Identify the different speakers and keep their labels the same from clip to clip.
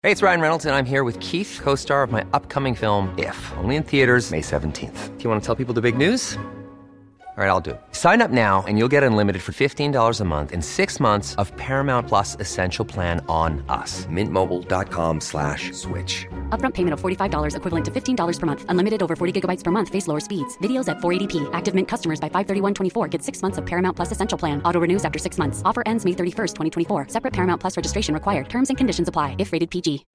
Speaker 1: Hey, it's Ryan Reynolds, and I'm here with Keith, co-star of my upcoming film, If, only in theaters May 17th. Do you want to tell people the big news? All right, I'll do it. Sign up now and you'll get unlimited for $15 a month and 6 months of Paramount Plus Essential Plan on us. MintMobile.com/switch.
Speaker 2: Upfront payment of $45 equivalent to $15 per month. Unlimited over 40 gigabytes per month. Face lower speeds. Videos at 480p. Active Mint customers by 531.24 get 6 months of Paramount Plus Essential Plan. Auto renews after 6 months. Offer ends May 31st, 2024. Separate Paramount Plus registration required. Terms and conditions apply if rated PG.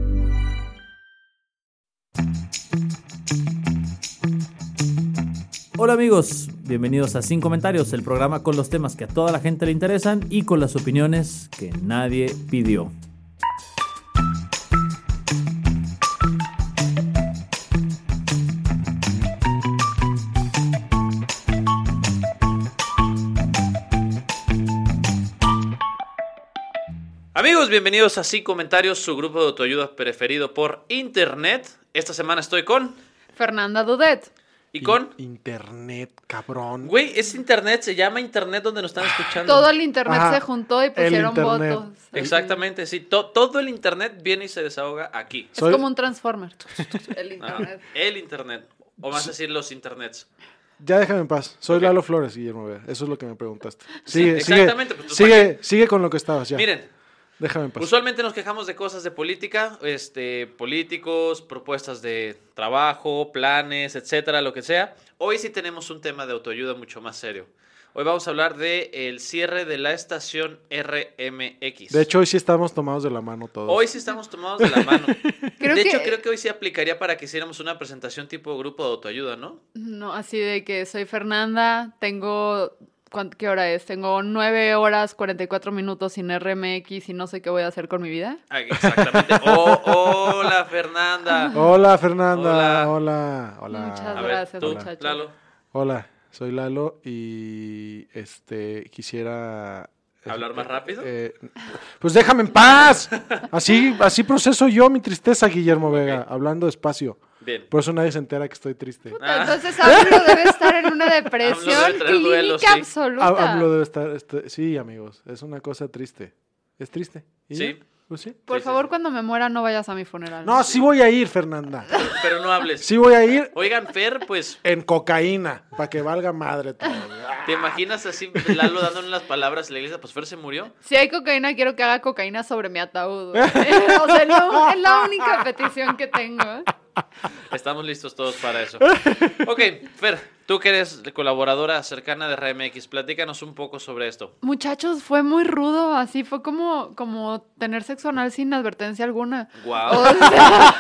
Speaker 3: Hola amigos, bienvenidos a Sin Comentarios, el programa con los temas que a toda la gente le interesan y con las opiniones que nadie pidió.
Speaker 4: Amigos, bienvenidos a Sin Comentarios, su grupo de autoayuda preferido por internet. Esta semana estoy con
Speaker 5: Fernanda Dudet.
Speaker 4: y con
Speaker 6: Internet, cabrón.
Speaker 4: Güey, es internet, se llama internet donde nos están escuchando.
Speaker 5: Todo el internet
Speaker 6: Ajá,
Speaker 5: se juntó y pusieron
Speaker 6: internet.
Speaker 5: votos.
Speaker 4: Exactamente, sí, todo el internet viene y se desahoga aquí.
Speaker 5: Es como un transformer. El internet.
Speaker 4: El internet, o más decir los internets.
Speaker 6: Ya déjame en paz. Soy
Speaker 4: Ok.
Speaker 6: Lalo Flores, Guillermo Vega. Eso es lo que me preguntaste.
Speaker 4: Sí,
Speaker 6: Sigue,
Speaker 4: exactamente, pues,
Speaker 6: sigue con lo que estabas ya.
Speaker 4: Miren,
Speaker 6: Déjame en paz.
Speaker 4: usualmente nos quejamos de cosas de política, políticos, propuestas de trabajo, planes, etcétera, lo que sea. Hoy sí tenemos un tema de autoayuda mucho más serio. Hoy vamos a hablar de el cierre de la estación RMX.
Speaker 6: De hecho, hoy sí estamos tomados de la mano todos.
Speaker 4: Hoy sí estamos tomados de la mano.
Speaker 5: Creo
Speaker 4: Creo que hoy sí aplicaría para que hiciéramos una presentación tipo grupo de autoayuda, ¿no?
Speaker 5: No, así de que soy Fernanda, tengo... ¿Qué hora es? Tengo 9 horas 44 minutos sin RMX y no sé qué voy a hacer con mi vida.
Speaker 4: Ah, exactamente. Hola, Fernanda.
Speaker 6: Hola, Fernanda.
Speaker 4: Hola.
Speaker 6: Hola.
Speaker 5: Muchas
Speaker 4: A ver,
Speaker 5: gracias,
Speaker 4: tú,
Speaker 5: muchachos.
Speaker 4: Lalo,
Speaker 6: Hola, soy Lalo y quisiera
Speaker 4: ¿hablar más rápido?
Speaker 6: pues déjame en paz. Así proceso yo mi tristeza, Guillermo Vega, hablando despacio.
Speaker 4: Bien.
Speaker 6: Por eso nadie se entera que estoy triste.
Speaker 5: Entonces AMLO debe estar en una depresión
Speaker 4: AMLO debe traer duelo,
Speaker 5: clínica
Speaker 4: sí.
Speaker 5: absoluta.
Speaker 6: Hablo de estar, sí, amigos, es una cosa triste. Es triste. ¿Y
Speaker 4: Sí.
Speaker 6: ya? Pues sí.
Speaker 5: Por
Speaker 4: Sí,
Speaker 5: favor,
Speaker 4: sí.
Speaker 5: cuando me muera no vayas a mi funeral.
Speaker 6: No, sí voy a ir, Fernanda.
Speaker 4: Pero no hables.
Speaker 6: Sí voy a ir
Speaker 4: Oigan, Fer, pues,
Speaker 6: en cocaína, para que valga madre todo.
Speaker 4: ¿te imaginas así Lalo dándole las palabras a la iglesia? Pues Fer se murió.
Speaker 5: Si hay cocaína, quiero que haga cocaína sobre mi ataúd. güey. O sea, es la única petición que tengo.
Speaker 4: Estamos listos todos para eso. Ok, Fer, tú que eres colaboradora cercana de RMX, platícanos un poco sobre esto.
Speaker 5: Muchachos, fue muy rudo, así fue como tener sexo anal sin advertencia alguna.
Speaker 4: Guau.
Speaker 5: O sea,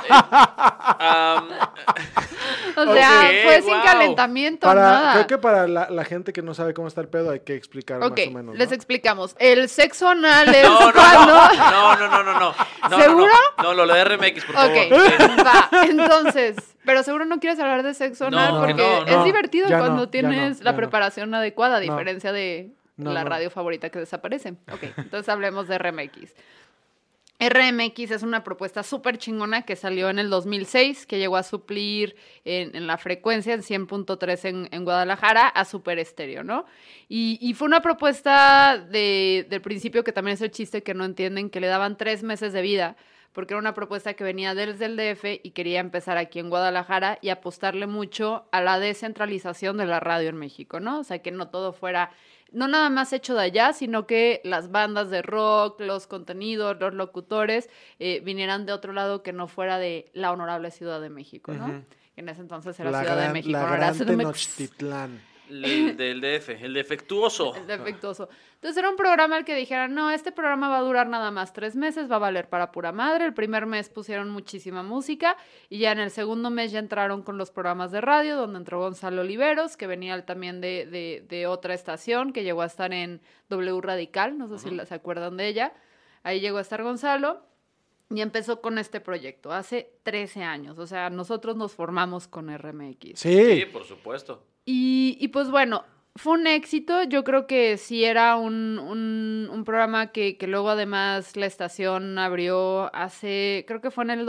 Speaker 4: Ok,
Speaker 5: fue sin
Speaker 4: wow.
Speaker 5: calentamiento, nada.
Speaker 6: Creo que para la gente que no sabe cómo está el pedo hay que explicar
Speaker 5: Ok,
Speaker 6: más o menos, ¿no?
Speaker 5: les explicamos. El sexo anal es
Speaker 4: No,
Speaker 5: cuando...
Speaker 4: no.
Speaker 5: ¿Seguro?
Speaker 4: No, lo de RMX, por favor.
Speaker 5: Ok, va, entonces, pero seguro no quieres hablar de sexo anal
Speaker 4: No,
Speaker 5: porque
Speaker 4: no,
Speaker 5: es
Speaker 4: no.
Speaker 5: divertido
Speaker 6: Ya
Speaker 5: cuando
Speaker 6: no,
Speaker 5: tienes
Speaker 6: ya
Speaker 5: la
Speaker 6: no.
Speaker 5: preparación adecuada, a
Speaker 6: No.
Speaker 5: diferencia de
Speaker 6: No,
Speaker 5: la
Speaker 6: no.
Speaker 5: radio favorita que desaparece. Ok, entonces hablemos de RMX. RMX es una propuesta súper chingona que salió en el 2006, que llegó a suplir en la frecuencia, en 100.3 en Guadalajara, a Super Estéreo, ¿no? Y fue una propuesta del principio, que también es el chiste que no entienden, que le daban 3 meses de vida, porque era una propuesta que venía desde el DF y quería empezar aquí en Guadalajara y apostarle mucho a la descentralización de la radio en México, ¿no? O sea, que no todo fuera... No nada más hecho de allá, sino que las bandas de rock, los contenidos, los locutores vinieran de otro lado que no fuera de la honorable Ciudad de México, ¿no?
Speaker 6: Ujú.
Speaker 5: Que en ese entonces era
Speaker 6: La
Speaker 5: Ciudad de
Speaker 6: gran,
Speaker 5: México.
Speaker 6: la
Speaker 5: ahora
Speaker 6: gran
Speaker 5: CDMX.
Speaker 6: Tenochtitlán.
Speaker 4: El del DF, el defectuoso.
Speaker 5: El defectuoso. Entonces era un programa al que dijeran, no, este programa va a durar nada más 3 meses, va a valer para pura madre. El primer mes pusieron muchísima música y ya en el segundo mes ya entraron con los programas de radio, donde entró Gonzalo Oliveros, que venía también de otra estación, que llegó a estar en W Radical, no sé si se acuerdan de ella. Ahí llegó a estar Gonzalo. Y empezó con este proyecto hace 13 años. O sea, nosotros nos formamos con RMX.
Speaker 4: Sí,
Speaker 6: Sí.
Speaker 4: por supuesto.
Speaker 5: Y pues bueno, fue un éxito. Yo creo que sí era un programa que luego además la estación abrió creo que fue en el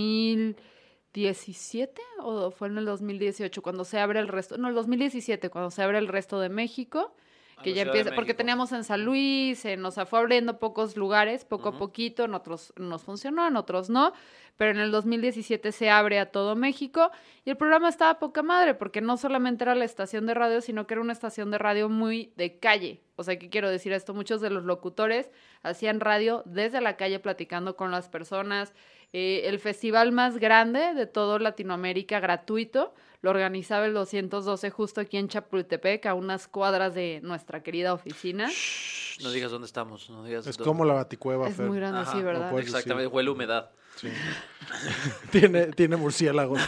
Speaker 5: 2017 o fue en el 2018 cuando se abre el resto. No, el 2017 cuando se abre el resto de México. que
Speaker 4: la
Speaker 5: ya
Speaker 4: Ciudad de
Speaker 5: empieza, porque
Speaker 4: México.
Speaker 5: teníamos en San Luis, o sea, fue abriendo pocos lugares, poco a poquito, en otros nos funcionó, en otros no, pero en el 2017 se abre a todo México y el programa estaba poca madre, porque no solamente era la estación de radio, sino que era una estación de radio muy de calle. O sea, ¿qué quiero decir esto? Muchos de los locutores hacían radio desde la calle platicando con las personas. El festival más grande de todo Latinoamérica, gratuito, lo organizaba el 212 justo aquí en Chapultepec, a unas cuadras de nuestra querida oficina.
Speaker 4: Shh, no digas dónde estamos, no digas
Speaker 6: Es
Speaker 4: dónde.
Speaker 6: como la Baticueva,
Speaker 5: Es
Speaker 6: Fer.
Speaker 5: muy grande,
Speaker 4: Ajá,
Speaker 5: sí,
Speaker 4: no
Speaker 5: ¿verdad?
Speaker 6: puedes
Speaker 4: Exactamente, huele a humedad.
Speaker 6: Sí. tiene murciélagos.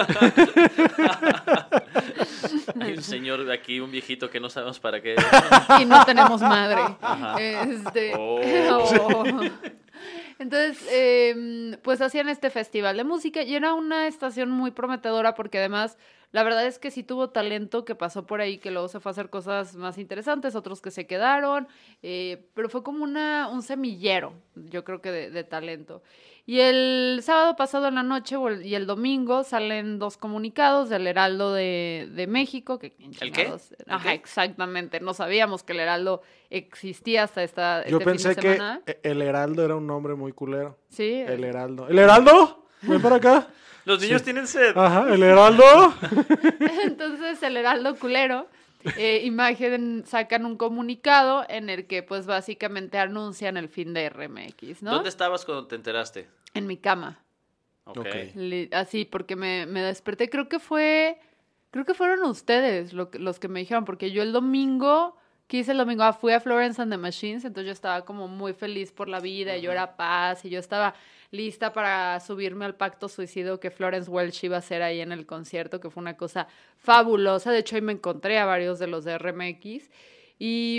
Speaker 4: Hay un señor de aquí, un viejito que no sabemos para qué.
Speaker 5: Y no tenemos madre.
Speaker 4: Ajá.
Speaker 5: Oh.
Speaker 4: Oh.
Speaker 5: Entonces, pues hacían este festival de música y era una estación muy prometedora porque además la verdad es que sí tuvo talento que pasó por ahí, que luego se fue a hacer cosas más interesantes, otros que se quedaron, pero fue como un semillero, yo creo que de talento. Y el sábado pasado en la noche y el domingo salen 2 comunicados del Heraldo de México.
Speaker 4: ¿El qué?
Speaker 5: Ajá, exactamente. No sabíamos que el Heraldo existía hasta
Speaker 6: Yo
Speaker 5: este
Speaker 6: pensé
Speaker 5: fin de
Speaker 6: que
Speaker 5: semana.
Speaker 6: el Heraldo era un nombre muy culero.
Speaker 5: Sí.
Speaker 6: El Heraldo. ¿El Heraldo? Ven para acá.
Speaker 4: Los niños tienen sed.
Speaker 6: Ajá, el Heraldo.
Speaker 5: Entonces el Heraldo culero, Imagen sacan un comunicado en el que pues básicamente anuncian el fin de RMX, ¿no?
Speaker 4: ¿Dónde estabas cuando te enteraste?
Speaker 5: En mi cama.
Speaker 4: Ok.
Speaker 6: Ok.
Speaker 5: Así, porque me desperté. Creo que fueron ustedes los que me dijeron, porque yo el domingo, ¿qué hice el domingo? Fui a Florence and the Machines, entonces yo estaba como muy feliz por la vida, y yo era paz, y yo estaba lista para subirme al pacto suicidio que Florence Welch iba a hacer ahí en el concierto, que fue una cosa fabulosa. De hecho, ahí me encontré a varios de los de RMX. Y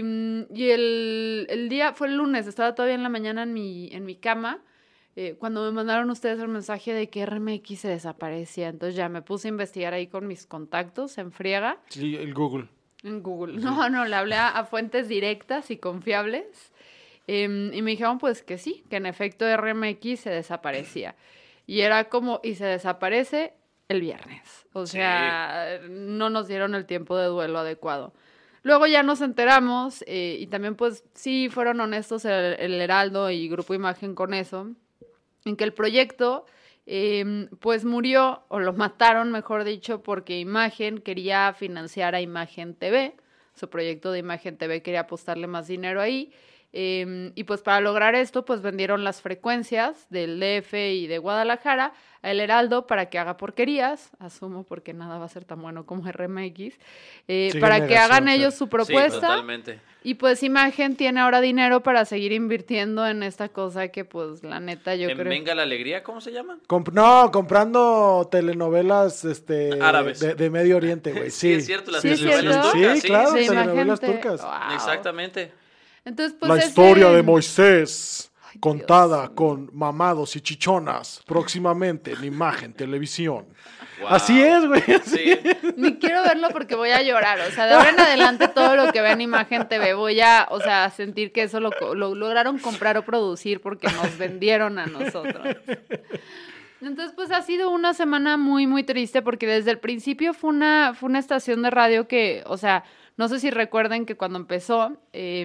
Speaker 5: el día, fue el lunes, estaba todavía en la mañana en mi cama, cuando me mandaron ustedes el mensaje de que RMX se desaparecía. Entonces ya me puse a investigar ahí con mis contactos en friega.
Speaker 6: Sí, el Google.
Speaker 5: En Google. No, le hablé a fuentes directas y confiables. Y me dijeron pues que sí, que en efecto RMX se desaparecía. Y era como, y se desaparece el viernes. O sea, no nos dieron el tiempo de duelo adecuado. Luego ya nos enteramos, y también pues sí fueron honestos el Heraldo y Grupo Imagen con eso, en que el proyecto pues murió, o lo mataron, mejor dicho, porque Imagen quería financiar a Imagen TV. Su proyecto de Imagen TV quería apostarle más dinero ahí. Y pues para lograr esto, pues vendieron las frecuencias del DF y de Guadalajara a El Heraldo para que haga porquerías, asumo, porque nada va a ser tan bueno como RMX, para que
Speaker 6: negación,
Speaker 5: hagan
Speaker 6: Fer.
Speaker 5: ellos su
Speaker 4: Sí,
Speaker 5: propuesta.
Speaker 4: totalmente.
Speaker 5: Y pues Imagen tiene ahora dinero para seguir invirtiendo en esta cosa que pues la neta yo
Speaker 4: ¿En
Speaker 5: creo...
Speaker 4: Venga la Alegría? ¿Cómo se llama?
Speaker 6: Comprando telenovelas
Speaker 4: Árabes.
Speaker 6: de Medio Oriente, güey.
Speaker 4: Sí, es cierto, las
Speaker 5: Sí, es
Speaker 4: telenovelas
Speaker 5: cierto.
Speaker 4: turcas.
Speaker 6: Sí, claro,
Speaker 5: de
Speaker 6: telenovelas
Speaker 5: Imagen
Speaker 6: turcas.
Speaker 5: Wow.
Speaker 4: Exactamente.
Speaker 5: Entonces, pues
Speaker 6: La
Speaker 5: ese-
Speaker 6: historia de Moisés,
Speaker 5: Ay,
Speaker 6: contada
Speaker 5: Dios.
Speaker 6: con mamados y chichonas, próximamente en Imagen Televisión.
Speaker 4: Wow.
Speaker 6: Así es, güey.
Speaker 4: Sí.
Speaker 5: Ni quiero verlo porque voy a llorar. O sea, de ahora en adelante todo lo que vea en Imagen TV voy a, o sea, sentir que eso lo lograron comprar o producir porque nos vendieron a nosotros. Entonces, pues ha sido una semana muy, muy triste porque desde el principio fue una estación de radio que, o sea, no sé si recuerden que cuando empezó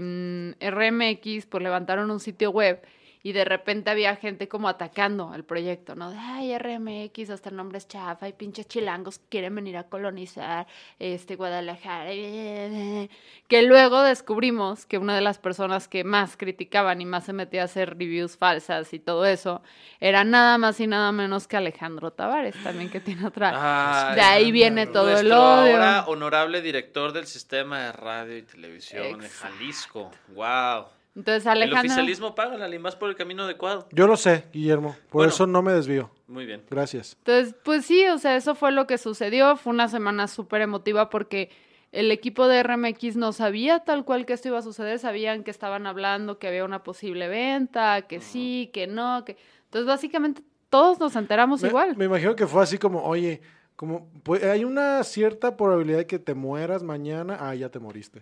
Speaker 5: RMX, pues levantaron un sitio web y de repente había gente como atacando al proyecto, ¿no? De, ay, RMX, hasta el nombre es chafa, y pinches chilangos quieren venir a colonizar Guadalajara. Que luego descubrimos que una de las personas que más criticaban y más se metía a hacer reviews falsas y todo eso era nada más y nada menos que Alejandro Tavares, también, que tiene otra...
Speaker 4: Ay,
Speaker 5: de ahí viene todo el
Speaker 4: nuestro
Speaker 5: odio.
Speaker 4: ahora honorable director del sistema de radio y televisión de
Speaker 5: Exacto.
Speaker 4: Jalisco. Wow.
Speaker 5: Entonces
Speaker 4: El
Speaker 5: Alejandro...
Speaker 4: oficialismo paga la más por el camino adecuado.
Speaker 6: Yo lo sé, Guillermo. Por
Speaker 4: Bueno.
Speaker 6: eso no me desvío.
Speaker 4: Muy bien.
Speaker 6: Gracias.
Speaker 5: Entonces, pues sí, o sea, eso fue lo que sucedió. Fue una semana súper emotiva porque el equipo de RMX no sabía tal cual que esto iba a suceder. Sabían que estaban hablando, que había una posible venta, que sí, que no, que... Entonces, básicamente, todos nos enteramos igual.
Speaker 6: Me imagino que fue así como, oye, como pues, hay una cierta probabilidad de que te mueras mañana. Ah, ya te moriste.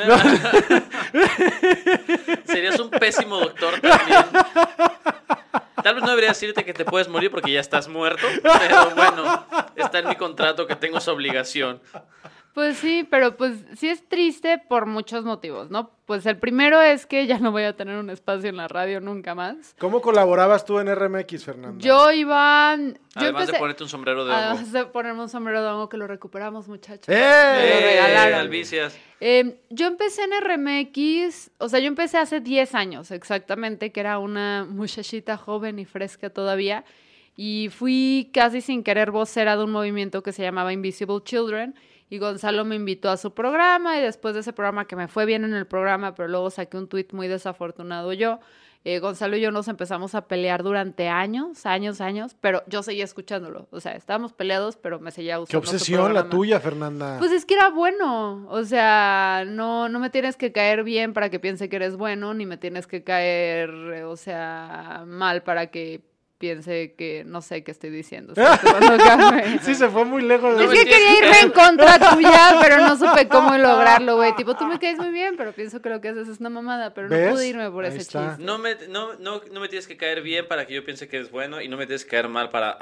Speaker 4: Serías un pésimo doctor también. Tal vez no debería decirte que te puedes morir porque ya estás muerto, pero bueno, está en mi contrato que tengo esa obligación.
Speaker 5: Pues sí, pero pues sí es triste por muchos motivos, ¿no? Pues el primero es que ya no voy a tener un espacio en la radio nunca más.
Speaker 6: ¿Cómo colaborabas tú en RMX, Fernanda?
Speaker 5: Yo iba...
Speaker 4: Además de ponerte un sombrero de hongo.
Speaker 5: Además de ponerme un sombrero de hongo que lo recuperamos, muchachos.
Speaker 6: ¡Eh!
Speaker 5: Me lo regalaron.
Speaker 4: Albicias.
Speaker 5: Yo empecé en RMX, o sea, yo empecé hace 10 años exactamente, que era una muchachita joven y fresca todavía, y fui casi sin querer vocera de un movimiento que se llamaba Invisible Children, y Gonzalo me invitó a su programa, y después de ese programa, que me fue bien en el programa, pero luego saqué un tuit muy desafortunado yo, Gonzalo y yo nos empezamos a pelear durante años, pero yo seguía escuchándolo. O sea, estábamos peleados, pero me seguía gustando.
Speaker 6: Qué obsesión la tuya, Fernanda.
Speaker 5: Pues es que era bueno. O sea, no me tienes que caer bien para que piense que eres bueno, ni me tienes que caer, o sea, mal para que piense que no sé qué estoy diciendo.
Speaker 6: Sí, se fue muy lejos.
Speaker 5: Es que quería irme en contra tuya, pero no supe cómo lograrlo, güey. Tipo, tú me caes muy bien, pero pienso que lo que haces es una mamada, pero
Speaker 6: ¿ves?
Speaker 5: No pude irme por
Speaker 6: Ahí
Speaker 5: ese
Speaker 6: está.
Speaker 5: chiste.
Speaker 4: No me tienes que caer bien para que yo piense que eres bueno y no me tienes que caer mal para...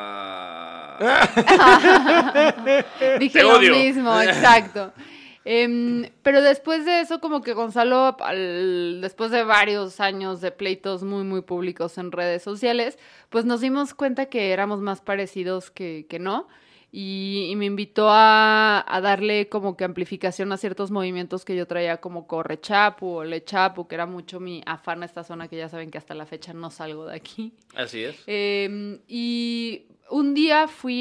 Speaker 5: Dije
Speaker 4: Te
Speaker 5: lo
Speaker 4: odio.
Speaker 5: mismo, exacto. Pero después de eso, como que Gonzalo, después de varios años de pleitos muy, muy públicos en redes sociales, pues nos dimos cuenta que éramos más parecidos que no. Y me invitó a darle como que amplificación a ciertos movimientos que yo traía, como Correchapu o Lechapu, que era mucho mi afán a esta zona, que ya saben que hasta la fecha no salgo de aquí.
Speaker 4: Así es.
Speaker 5: Y un día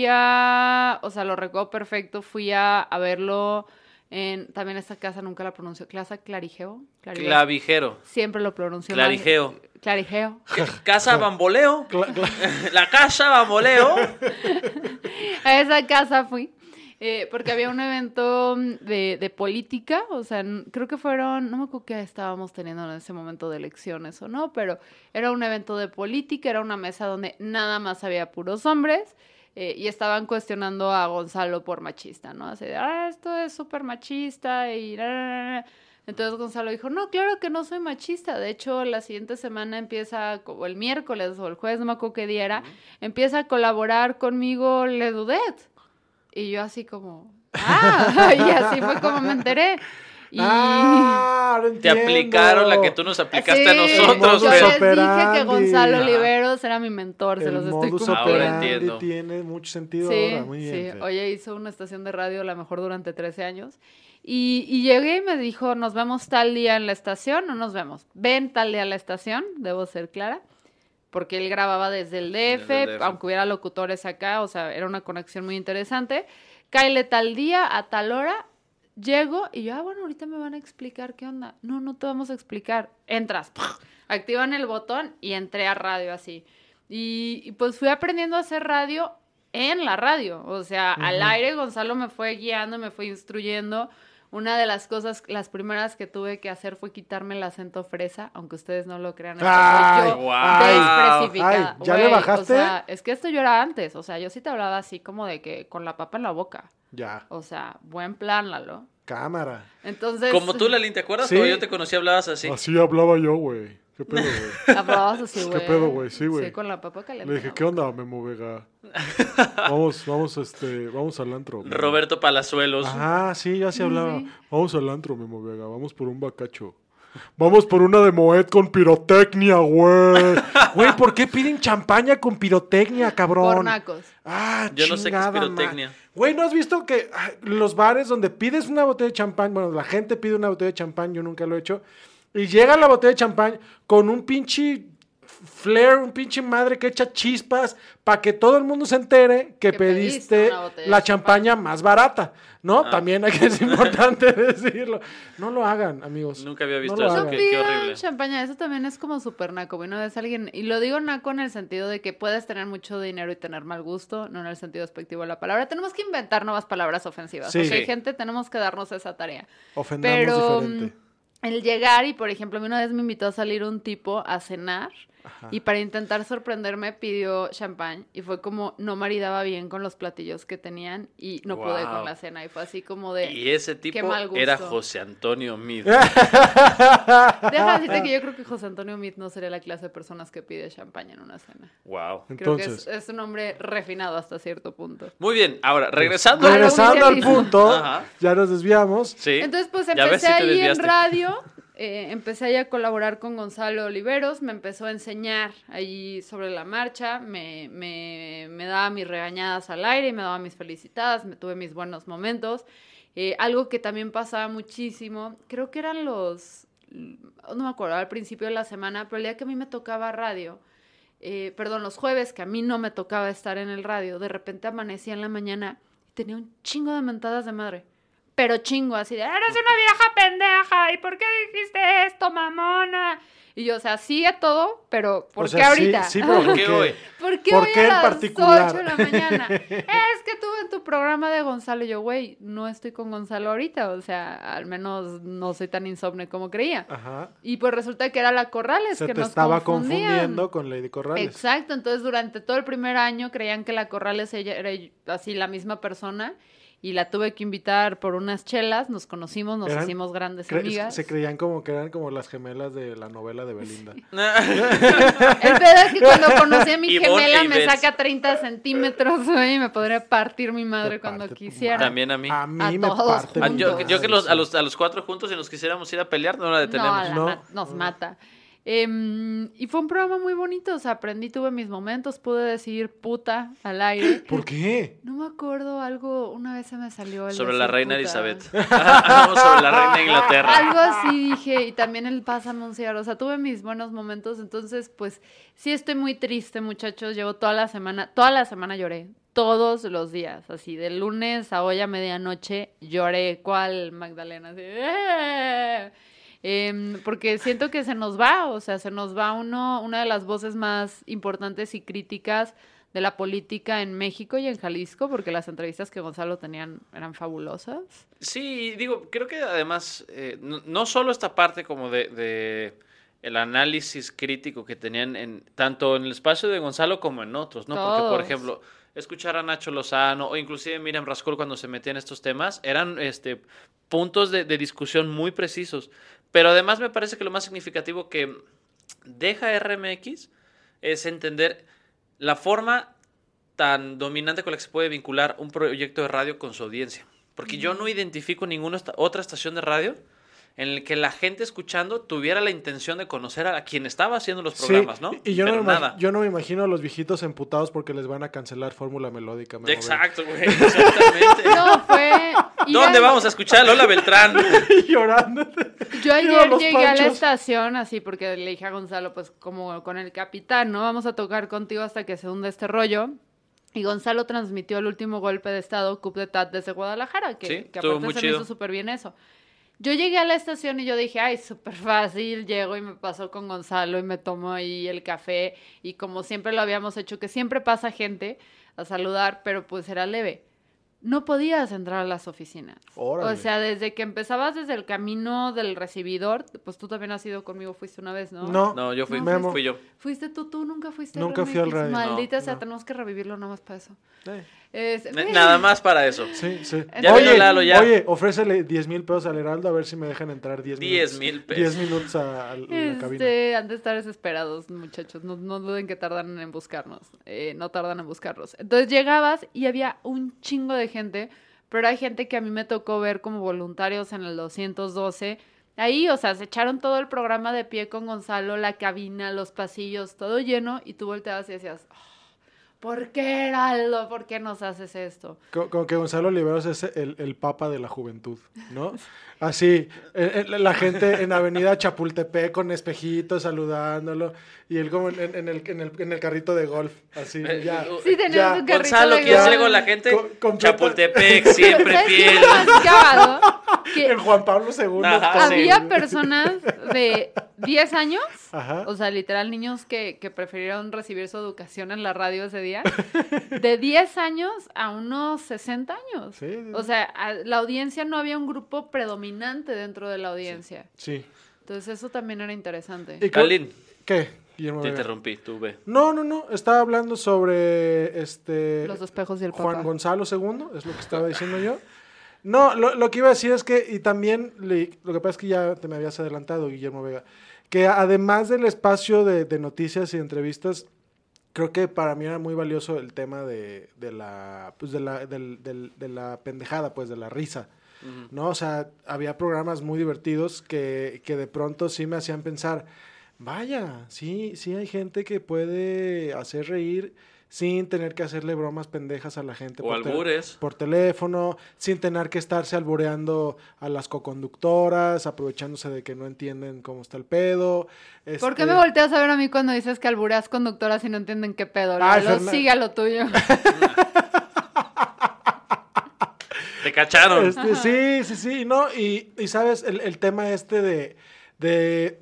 Speaker 5: o sea, lo recuerdo perfecto, fui a verlo en, también esta casa nunca la pronuncio, ¿Casa Clarijeo?
Speaker 4: Clavijero.
Speaker 5: Siempre lo pronuncio
Speaker 4: Clarijeo.
Speaker 5: mal. Clarijeo.
Speaker 4: Casa Bamboleo. La casa Bamboleo.
Speaker 5: A esa casa fui, porque había un evento de política, o sea, creo que fueron, no me acuerdo qué estábamos teniendo en ese momento de elecciones o no, pero era un evento de política, era una mesa donde nada más había puros hombres, y estaban cuestionando a Gonzalo por machista, ¿no? Así de, esto es súper machista y... Entonces Gonzalo dijo, no, claro que no soy machista. De hecho, la siguiente semana empieza, o el miércoles o el jueves, no me acuerdo qué día era, empieza a colaborar conmigo Le Dudet. Y yo así como, y así fue como me enteré. Y...
Speaker 6: lo
Speaker 4: Te
Speaker 6: entiendo.
Speaker 4: aplicaron la que tú nos aplicaste a
Speaker 5: Sí,
Speaker 4: nosotros,
Speaker 5: yo
Speaker 6: modus
Speaker 4: pero...
Speaker 5: les dije que
Speaker 6: operandi.
Speaker 5: Gonzalo
Speaker 6: Ajá.
Speaker 5: Oliveros era mi mentor, se
Speaker 6: El
Speaker 5: los estoy
Speaker 6: modus
Speaker 5: cumpliendo.
Speaker 4: Ahora
Speaker 6: operandi
Speaker 4: entiendo.
Speaker 6: tiene mucho sentido
Speaker 5: Sí,
Speaker 6: ahora. Muy bien.
Speaker 5: sí.
Speaker 6: Fer.
Speaker 5: Oye, hizo una estación de radio la mejor durante 13 años. Y llegué y me dijo, ¿nos vemos tal día en la estación o nos vemos? Ven tal día a la estación, debo ser clara, porque él grababa desde el DF,
Speaker 4: Desde el DF.
Speaker 5: aunque hubiera locutores acá, o sea, era una conexión muy interesante. Cáele tal día, a tal hora, llego y yo, bueno, ahorita me van a explicar qué onda. No te vamos a explicar. Entras, activan el botón y entré a radio así. Y pues fui aprendiendo a hacer radio en la radio, o sea, al aire Gonzalo me fue guiando, me fue instruyendo. Una de las cosas, las primeras que tuve que hacer fue quitarme el acento fresa, aunque ustedes no lo crean.
Speaker 6: Ay,
Speaker 5: Yo
Speaker 4: guau.
Speaker 5: desprecificada.
Speaker 6: Ay, ¿ya le
Speaker 5: Güey,
Speaker 6: bajaste?
Speaker 5: O sea, es que esto yo era antes, o sea, yo sí te hablaba así como de que con la papa en la boca.
Speaker 6: Ya,
Speaker 5: O sea, buen plan, Lalo.
Speaker 6: cámara.
Speaker 5: Entonces...
Speaker 4: Como tú, Lalín, ¿te acuerdas?
Speaker 6: Sí.
Speaker 4: Cuando yo te conocí hablabas así.
Speaker 6: Así hablaba yo, güey. ¿Qué pedo, güey?
Speaker 5: Hablabas así, güey.
Speaker 6: ¿Qué pedo, güey? Sí, güey.
Speaker 5: Sí, con la papa caliente.
Speaker 6: Le dije,
Speaker 5: ¿no?
Speaker 6: ¿qué onda, Memo Vega? Vamos al antro. Memo.
Speaker 4: Roberto Palazuelos.
Speaker 6: Ah, sí, yo así hablaba.
Speaker 5: Sí.
Speaker 6: Vamos al antro, Memo Vega. Vamos por un bacacho. Vamos por una de Moet con pirotecnia, güey. Güey, ¿por qué piden champaña con pirotecnia, cabrón?
Speaker 5: Por nacos.
Speaker 4: Yo no sé qué es
Speaker 6: chingada
Speaker 4: pirotecnia.
Speaker 6: Güey, ¿no has visto que los bares donde pides una botella de champán, bueno, la gente pide una botella de champán, yo nunca lo he hecho, y llega la botella de champán con un pinche flare, un pinche madre que echa chispas para que todo el mundo se entere que
Speaker 5: Que
Speaker 6: pediste
Speaker 5: pediste una botella
Speaker 6: la
Speaker 5: de
Speaker 6: champaña más barata, ¿no? También hay que es importante decirlo. No lo hagan, amigos.
Speaker 4: Nunca había visto
Speaker 6: No lo
Speaker 4: eso.
Speaker 6: hagan.
Speaker 4: Qué
Speaker 5: Pidan
Speaker 4: horrible.
Speaker 5: champaña, eso también es como súper naco. Bueno, es alguien, y lo digo naco en el sentido de que puedes tener mucho dinero y tener mal gusto, no en el sentido despectivo de la palabra. Tenemos que inventar nuevas palabras ofensivas.
Speaker 6: Sí.
Speaker 5: Ok,
Speaker 4: Sí.
Speaker 5: gente, tenemos que darnos esa tarea.
Speaker 6: Ofendamos
Speaker 5: Pero
Speaker 6: diferente.
Speaker 5: el llegar y, por ejemplo, a mí una vez me invitó a salir un tipo a cenar y para intentar sorprenderme pidió champán y fue como no maridaba bien con los platillos que tenían y no pude
Speaker 4: Wow.
Speaker 5: con la cena y fue así como de...
Speaker 4: Y ese
Speaker 5: qué
Speaker 4: tipo
Speaker 5: mal gusto.
Speaker 4: era José Antonio Mid.
Speaker 5: Deja decirte que yo creo que José Antonio Meade no sería la clase de personas que pide champaña en una cena.
Speaker 4: Wow.
Speaker 5: Creo que
Speaker 6: Entonces,
Speaker 5: es un hombre refinado hasta cierto punto.
Speaker 4: Muy bien, ahora, regresando.
Speaker 5: Claro.
Speaker 6: regresando al
Speaker 5: oficialismo.
Speaker 6: punto,
Speaker 4: Ajá.
Speaker 6: ya nos desviamos.
Speaker 4: Sí.
Speaker 5: Entonces, pues
Speaker 4: Ya ves
Speaker 5: empecé
Speaker 4: si te
Speaker 5: ahí en
Speaker 4: desviaste.
Speaker 5: radio, empecé ahí a colaborar con Gonzalo Oliveros, me empezó a enseñar ahí sobre la marcha, me daba mis regañadas al aire, me daba mis felicitadas, me tuve mis buenos momentos. Algo que también pasaba muchísimo, creo que eran no me acuerdo, al principio de la semana, pero el día que a mí me tocaba radio, los jueves que a mí no me tocaba estar en el radio, de repente amanecía en la mañana y tenía un chingo de mentadas de madre. Pero chingo, así de, eres una vieja pendeja, ¿y por qué dijiste esto, mamona? Y yo, o sea, sí a todo, pero ¿por
Speaker 6: O
Speaker 5: qué
Speaker 6: sea, sí,
Speaker 5: ahorita?
Speaker 6: sí, pero
Speaker 4: ¿Por qué hoy?
Speaker 5: ¿Por qué
Speaker 6: ¿Por
Speaker 5: hoy
Speaker 6: qué
Speaker 5: a
Speaker 6: en
Speaker 5: las
Speaker 6: particular?
Speaker 5: 8 de la mañana? Es que tuve en tu programa de Gonzalo. Y yo, güey, no estoy con Gonzalo ahorita. O sea, al menos no soy tan insomne como creía.
Speaker 6: Ajá.
Speaker 5: Y pues resulta que era la Corrales
Speaker 6: Se
Speaker 5: que
Speaker 6: te
Speaker 5: nos
Speaker 6: estaba
Speaker 5: confundían.
Speaker 6: confundiendo con Lady Corrales.
Speaker 5: Exacto, entonces durante todo el primer año creían que la Corrales ella era así la misma persona y la tuve que invitar por unas chelas, nos conocimos, nos
Speaker 6: Eran-
Speaker 5: hicimos grandes
Speaker 6: Cre-
Speaker 5: amigas.
Speaker 6: Se creían como que eran como las gemelas de la novela de Belinda.
Speaker 5: El pedo es que cuando conocí a mi
Speaker 4: Ivonne
Speaker 5: gemela
Speaker 4: e
Speaker 5: me
Speaker 4: Ivette.
Speaker 5: saca 30 centímetros, güey, y me podría partir mi madre
Speaker 6: Te
Speaker 5: cuando
Speaker 6: parte tu
Speaker 5: quisiera.
Speaker 6: madre.
Speaker 4: También a mí.
Speaker 6: A mí
Speaker 5: A
Speaker 6: me
Speaker 5: todos
Speaker 6: parte
Speaker 4: Ah,
Speaker 6: mi
Speaker 4: yo
Speaker 6: madre,
Speaker 4: que
Speaker 6: sí.
Speaker 4: a los cuatro juntos, si nos quisiéramos ir a pelear, no la detenemos.
Speaker 5: No,
Speaker 6: No.
Speaker 5: nos mata. Y fue un programa muy bonito, o sea, aprendí, tuve mis momentos, pude decir puta al aire.
Speaker 6: ¿Por qué?
Speaker 5: No me acuerdo, una vez se me salió el
Speaker 4: Sobre la
Speaker 5: decir
Speaker 4: reina
Speaker 5: puta.
Speaker 4: Elizabeth. Hablamos sobre la reina de Inglaterra.
Speaker 5: Algo así dije, y también el pasa anunciar, o sea, tuve mis buenos momentos, entonces, pues, sí estoy muy triste, muchachos, llevo toda la semana lloré, todos los días, así, de lunes a hoy a medianoche, lloré, ¿cuál Magdalena? Así, porque siento que se nos va, o sea, se nos va una de las voces más importantes y críticas de la política en México y en Jalisco, porque las entrevistas que Gonzalo tenían eran fabulosas.
Speaker 4: Sí, digo, creo que además, no solo esta parte como de el análisis crítico que tenían tanto en el espacio de Gonzalo como en otros, ¿no? Porque, por
Speaker 5: Todos.
Speaker 4: ejemplo, escuchar a Nacho Lozano o inclusive Miriam Rascol cuando se metía en estos temas, eran puntos de discusión muy precisos. Pero además me parece que lo más significativo que deja RMX es entender la forma tan dominante con la que se puede vincular un proyecto de radio con su audiencia. Porque yo no identifico ninguna otra estación de radio en el que la gente escuchando tuviera la intención de conocer a quien estaba haciendo los programas, ¿no?
Speaker 6: Y yo,
Speaker 4: Pero
Speaker 6: no
Speaker 4: nada.
Speaker 6: yo no me imagino a los viejitos emputados porque les van a cancelar Fórmula Melódica. me
Speaker 4: Exacto, güey, exactamente.
Speaker 5: No, fue...
Speaker 4: ¿Dónde vamos a escuchar a Lola Beltrán?
Speaker 6: moví. Llorando.
Speaker 5: Yo
Speaker 6: Iba a
Speaker 5: ayer
Speaker 6: los
Speaker 5: llegué a la
Speaker 6: panchos.
Speaker 5: estación así porque le dije a Gonzalo, pues como con el capitán, ¿no? Vamos a tocar contigo hasta que se hunda este rollo. Y Gonzalo transmitió el último golpe de estado, coup d'etat, desde Guadalajara, que,
Speaker 4: Sí,
Speaker 5: que
Speaker 4: estuvo
Speaker 5: aparte
Speaker 4: muy
Speaker 5: se me
Speaker 4: chido.
Speaker 5: hizo súper bien eso. Yo llegué a la estación y yo dije, ay, súper fácil, llego y me paso con Gonzalo y me tomo ahí el café. Y como siempre lo habíamos hecho, que siempre pasa gente a saludar, pero pues era leve. No podías entrar a las oficinas.
Speaker 6: Órale.
Speaker 5: O sea, desde que empezabas desde el camino del recibidor, pues tú también has ido conmigo, fuiste una vez, ¿no?
Speaker 6: No,
Speaker 4: No, yo fui,
Speaker 6: Memo.
Speaker 4: fui yo.
Speaker 5: Fuiste tú nunca fuiste
Speaker 6: Nunca
Speaker 5: RMX.
Speaker 6: fui al radio.
Speaker 5: Maldita
Speaker 6: No,
Speaker 5: sea,
Speaker 6: no.
Speaker 5: tenemos que revivirlo nada más para eso.
Speaker 6: Eh,
Speaker 4: Nada más para eso.
Speaker 6: Sí, sí.
Speaker 4: Ya
Speaker 6: Oye,
Speaker 4: vino Lalo, ya.
Speaker 6: oye, ofrécele 10,000 pesos al Heraldo a ver si me dejan entrar 10 minutos.
Speaker 4: 10,000 pesos.
Speaker 6: 10 minutos a la cabina.
Speaker 5: Han de estar desesperados, muchachos. No duden que tardan en buscarnos. No tardan en buscarlos. Entonces llegabas y había un chingo de gente, pero hay gente que a mí me tocó ver como voluntarios en el 212. Ahí, o sea, se echaron todo el programa de pie con Gonzalo, la cabina, los pasillos, todo lleno, y tú volteabas y decías, "Oh, ¿por qué, Heraldo? ¿Por qué nos haces esto?"
Speaker 6: Como que Gonzalo Oliveros es el papa de la juventud, ¿no? Así, la gente en Avenida Chapultepec con espejitos saludándolo y él como en el carrito de golf, así, ya.
Speaker 5: Sí, tenía
Speaker 6: ya.
Speaker 5: su carrito
Speaker 4: Gonzalo,
Speaker 5: de
Speaker 4: ¿quién
Speaker 5: golf.
Speaker 4: se con la gente?
Speaker 6: Completa-
Speaker 4: Chapultepec, siempre
Speaker 5: ¿Sabes qué
Speaker 4: fiel.
Speaker 5: es lo más cagado? Que
Speaker 6: En Juan Pablo II.
Speaker 4: Ajá,
Speaker 6: todo.
Speaker 4: sí.
Speaker 5: había personas de 10 años,
Speaker 6: Ajá.
Speaker 5: o sea, literal niños que prefirieron recibir su educación en la radio ese día, de 10 años a unos 60 años.
Speaker 6: Sí.
Speaker 5: O sea, la audiencia no había un grupo predominante dentro de la audiencia.
Speaker 6: Sí.
Speaker 5: Entonces eso también era interesante.
Speaker 6: ¿Y
Speaker 4: Kalin,
Speaker 6: ¿Qué? Guillermo
Speaker 4: Te
Speaker 6: Vega.
Speaker 4: interrumpí, tú ve.
Speaker 6: No. Estaba hablando sobre
Speaker 5: Los espejos y el
Speaker 6: Juan
Speaker 5: papá.
Speaker 6: Gonzalo II, es lo que estaba diciendo yo. No, lo que iba a decir es que, y también, lo que pasa es que ya te me habías adelantado, Guillermo Vega, que además del espacio de noticias y entrevistas, creo que para mí era muy valioso el tema de la pendejada, pues, de la risa. ¿No? O sea, había programas muy divertidos que de pronto sí me hacían pensar, vaya, sí hay gente que puede hacer reír sin tener que hacerle bromas pendejas a la gente
Speaker 4: O albures.
Speaker 6: por teléfono, sin tener que estarse albureando a las coconductoras, aprovechándose de que no entienden cómo está el pedo.
Speaker 5: ¿Por qué me volteas a ver a mí cuando dices que albureas conductoras y no entienden qué pedo?
Speaker 6: Ay,
Speaker 5: Lalo, sigue a lo tuyo.
Speaker 4: Te cacharon.
Speaker 6: Sí, ¿no? Y sabes, el tema de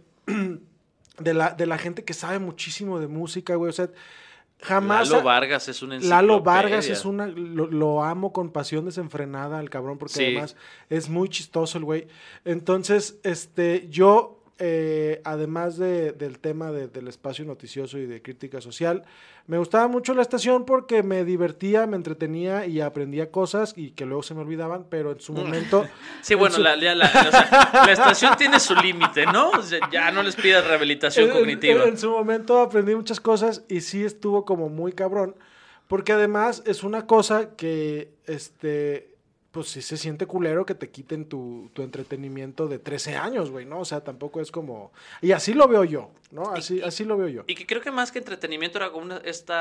Speaker 6: la gente que sabe muchísimo de música, güey, o sea, jamás...
Speaker 4: Lalo Vargas es una enciclopedia.
Speaker 6: Lalo Vargas es lo amo con pasión desenfrenada al cabrón, porque
Speaker 4: Sí.
Speaker 6: además es muy chistoso el güey. Entonces, yo, además del tema del espacio noticioso y de crítica social, me gustaba mucho la estación porque me divertía, me entretenía y aprendía cosas y que luego se me olvidaban, pero en su momento...
Speaker 4: Sí, bueno, o sea, la estación tiene su límite, ¿no? O sea, ya no les pidas rehabilitación cognitiva.
Speaker 6: En su momento aprendí muchas cosas y sí estuvo como muy cabrón, porque además es una cosa que, pues sí se siente culero que te quiten tu entretenimiento de 13 años, güey, ¿no? O sea, tampoco es como... Y así lo veo yo, ¿no? Así lo veo yo.
Speaker 4: Y que creo que más que entretenimiento era como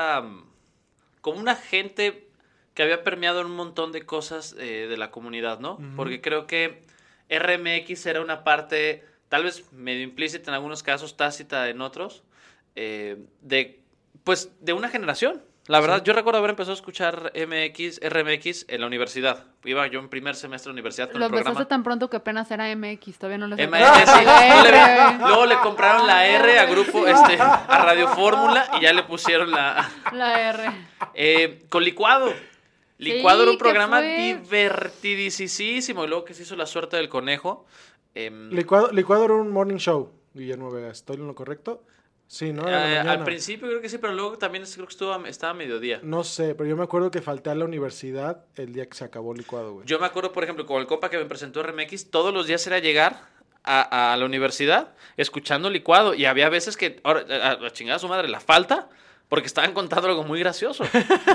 Speaker 4: como una gente que había permeado en un montón de cosas de la comunidad, ¿no? Porque creo que RMX era una parte, tal vez medio implícita en algunos casos, tácita en otros, de una generación. La verdad, yo recuerdo haber empezado a escuchar RMX en la universidad. Iba yo en primer semestre de universidad con
Speaker 5: Lo
Speaker 4: el programa.
Speaker 5: empezaste tan pronto que apenas era MX, todavía no lo sé.
Speaker 4: MX, sí. Luego le compraron la R a grupo, a Radio Fórmula y ya le pusieron la
Speaker 5: R.
Speaker 4: con Licuado. Licuado era un
Speaker 5: ¿qué
Speaker 4: programa
Speaker 5: fue?
Speaker 4: divertidísimo. Y luego que se hizo La Suerte del Conejo.
Speaker 6: Licuado era un morning show, Guillermo Vega. ¿Estoy en lo correcto? Sí, ¿no? Era en la mañana.
Speaker 4: Al principio creo que sí, pero luego también creo que estaba a mediodía.
Speaker 6: No sé, pero yo me acuerdo que falté a la universidad el día que se acabó Licuado, güey.
Speaker 4: Yo me acuerdo, por ejemplo, con el compa que me presentó RMX, todos los días era llegar a la universidad escuchando Licuado. Y había veces que, ahora, a chingada su madre, la falta, porque estaban contando algo muy gracioso.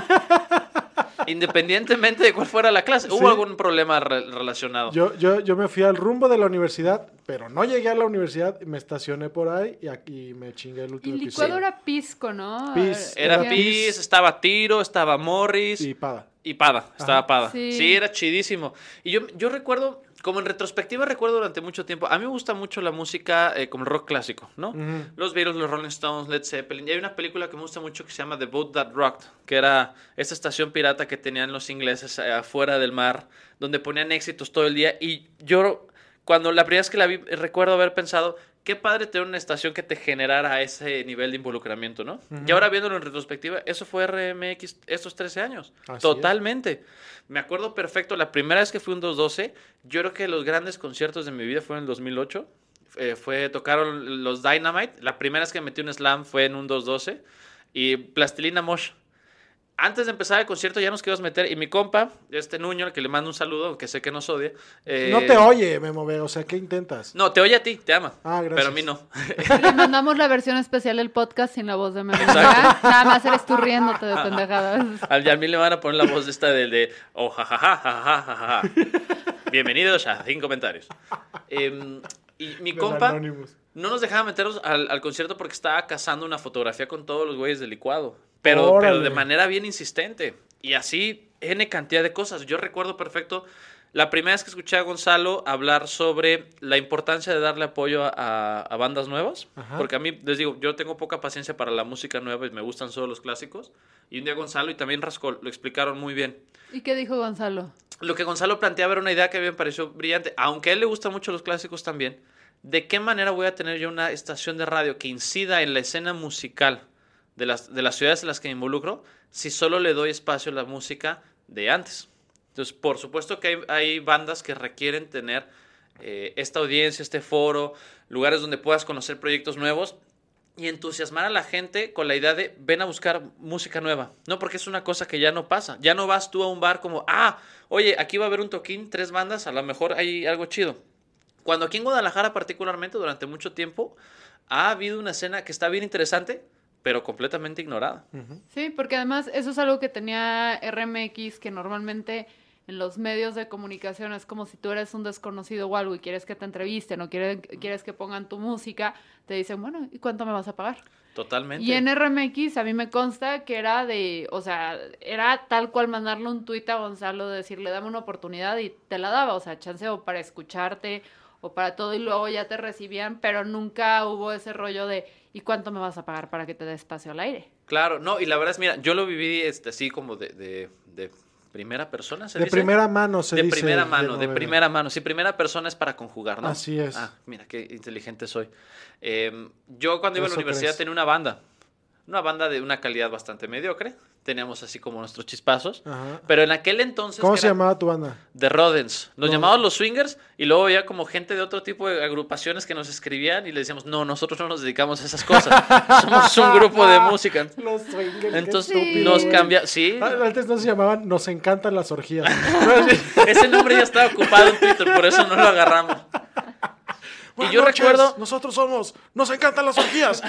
Speaker 4: Independientemente de cuál fuera la clase.
Speaker 6: Sí.
Speaker 4: ¿Hubo algún problema relacionado?
Speaker 6: Yo me fui al rumbo de la universidad, pero no llegué a la universidad, me estacioné por ahí y aquí me chingué el
Speaker 5: Y
Speaker 6: último
Speaker 5: Licuado
Speaker 6: episodio.
Speaker 5: era Pisco, ¿no?
Speaker 6: Pis.
Speaker 4: Era
Speaker 5: ¿Qué?
Speaker 4: Piz, estaba Tiro, estaba Morris.
Speaker 6: Y Pada.
Speaker 4: Y Pada, estaba Pada.
Speaker 5: Sí.
Speaker 4: Sí, era chidísimo. Y yo recuerdo, como en retrospectiva recuerdo durante mucho tiempo, a mí me gusta mucho la música como el rock clásico, ¿no?
Speaker 6: Ujú.
Speaker 4: Los Beatles, los Rolling Stones, Led Zeppelin. Y hay una película que me gusta mucho que se llama The Boat That Rocked, que era esta estación pirata que tenían los ingleses afuera del mar, donde ponían éxitos todo el día. Y yo, cuando la primera vez que la vi, recuerdo haber pensado, qué padre tener una estación que te generara ese nivel de involucramiento, ¿no? Y ahora viéndolo en retrospectiva, eso fue RMX estos 13 años.
Speaker 6: Así
Speaker 4: Totalmente. Me acuerdo perfecto, la primera vez que fui un 212, yo creo que los grandes conciertos de mi vida fueron en el 2008. Tocaron los Dynamite. La primera vez que metí un slam fue en un 212. Y Plastilina Mosh. Antes de empezar el concierto ya nos queríamos meter. Y mi compa, Nuño, al que le mando un saludo, aunque sé que nos odia.
Speaker 6: No te oye, Memo Vega, o sea, ¿qué intentas?
Speaker 4: No, te oye a ti, te ama.
Speaker 6: Ah, gracias.
Speaker 4: Pero a mí no.
Speaker 5: Le mandamos la versión especial del podcast sin la voz de Memo.
Speaker 4: Exacto.
Speaker 5: Nada más eres tú riéndote de pendejadas.
Speaker 4: Al Yamil le van a poner la voz de oh, jajaja, jajaja, jajaja. Bienvenidos a 5 comentarios. Y mi
Speaker 6: Del
Speaker 4: compa
Speaker 6: Anonymous.
Speaker 4: no nos dejaba meternos al concierto porque estaba cazando una fotografía con todos los güeyes de Licuado. Pero de
Speaker 6: Órale.
Speaker 4: manera bien insistente. Y así, N cantidad de cosas. Yo recuerdo perfecto la primera vez que escuché a Gonzalo hablar sobre la importancia de darle apoyo a bandas nuevas.
Speaker 6: Ajá.
Speaker 4: Porque a mí, les digo, yo tengo poca paciencia para la música nueva y me gustan solo los clásicos. Y un día Gonzalo y también Rascol lo explicaron muy bien.
Speaker 5: ¿Y qué dijo Gonzalo?
Speaker 4: Lo que Gonzalo planteaba era una idea que a mí me pareció brillante, aunque a él le gustan mucho los clásicos también. ¿De qué manera voy a tener yo una estación de radio que incida en la escena musical de las ciudades en las que me involucro si solo le doy espacio a la música de antes? Entonces, por supuesto que hay bandas que requieren tener esta audiencia, este foro, lugares donde puedas conocer proyectos nuevos. y entusiasmar a la gente con la idea de ven a buscar música nueva. No, porque es una cosa que ya no pasa. Ya no vas tú a un bar como, oye, aquí va a haber un toquín, 3 bandas, a lo mejor hay algo chido. Cuando aquí en Guadalajara particularmente durante mucho tiempo ha habido una escena que está bien interesante, pero completamente ignorada.
Speaker 5: Sí, porque además eso es algo que tenía RMX, que normalmente en los medios de comunicación es como si tú eres un desconocido o algo y quieres que te entrevisten o quieres que pongan tu música, te dicen, bueno, ¿y cuánto me vas a pagar?
Speaker 4: Totalmente.
Speaker 5: Y en RMX a mí me consta que era era tal cual mandarle un tuit a Gonzalo, decirle, dame una oportunidad y te la daba, o sea, chance o para escucharte o para todo y luego ya te recibían, pero nunca hubo ese rollo de, ¿y cuánto me vas a pagar para que te dé espacio al aire?
Speaker 4: Claro, no, y la verdad es, mira, yo lo viví así como de primera persona, ¿se
Speaker 6: De
Speaker 4: dice?
Speaker 6: primera mano se
Speaker 4: de
Speaker 6: dice.
Speaker 4: primera mano,
Speaker 6: Diego
Speaker 4: de
Speaker 6: Bebé.
Speaker 4: primera mano. Sí, primera persona es para conjugar, ¿no?
Speaker 6: Así es.
Speaker 4: Mira, qué inteligente soy. Yo cuando iba a la
Speaker 6: Eso
Speaker 4: universidad
Speaker 6: crees.
Speaker 4: tenía una banda de una calidad bastante mediocre. Teníamos así como nuestros chispazos.
Speaker 6: Ajá.
Speaker 4: Pero en aquel entonces...
Speaker 6: ¿Cómo
Speaker 4: que
Speaker 6: se
Speaker 4: era
Speaker 6: llamaba tu banda?
Speaker 4: The Rodents. Nos
Speaker 6: No.
Speaker 4: llamábamos los Swingers y luego había como gente de otro tipo de agrupaciones que nos escribían y le decíamos, no, nosotros no nos dedicamos a esas cosas. Somos un grupo de música.
Speaker 6: Los swingers.
Speaker 4: Entonces
Speaker 6: qué estúpido,
Speaker 4: nos
Speaker 6: güey.
Speaker 4: cambia... Sí,
Speaker 6: Antes no se llamaban Nos encantan las orgías.
Speaker 4: ese nombre ya estaba ocupado en Twitter, por eso no lo agarramos.
Speaker 6: Buenas
Speaker 4: Y yo
Speaker 6: noches,
Speaker 4: recuerdo...
Speaker 6: Nosotros somos Nos encantan las orgías.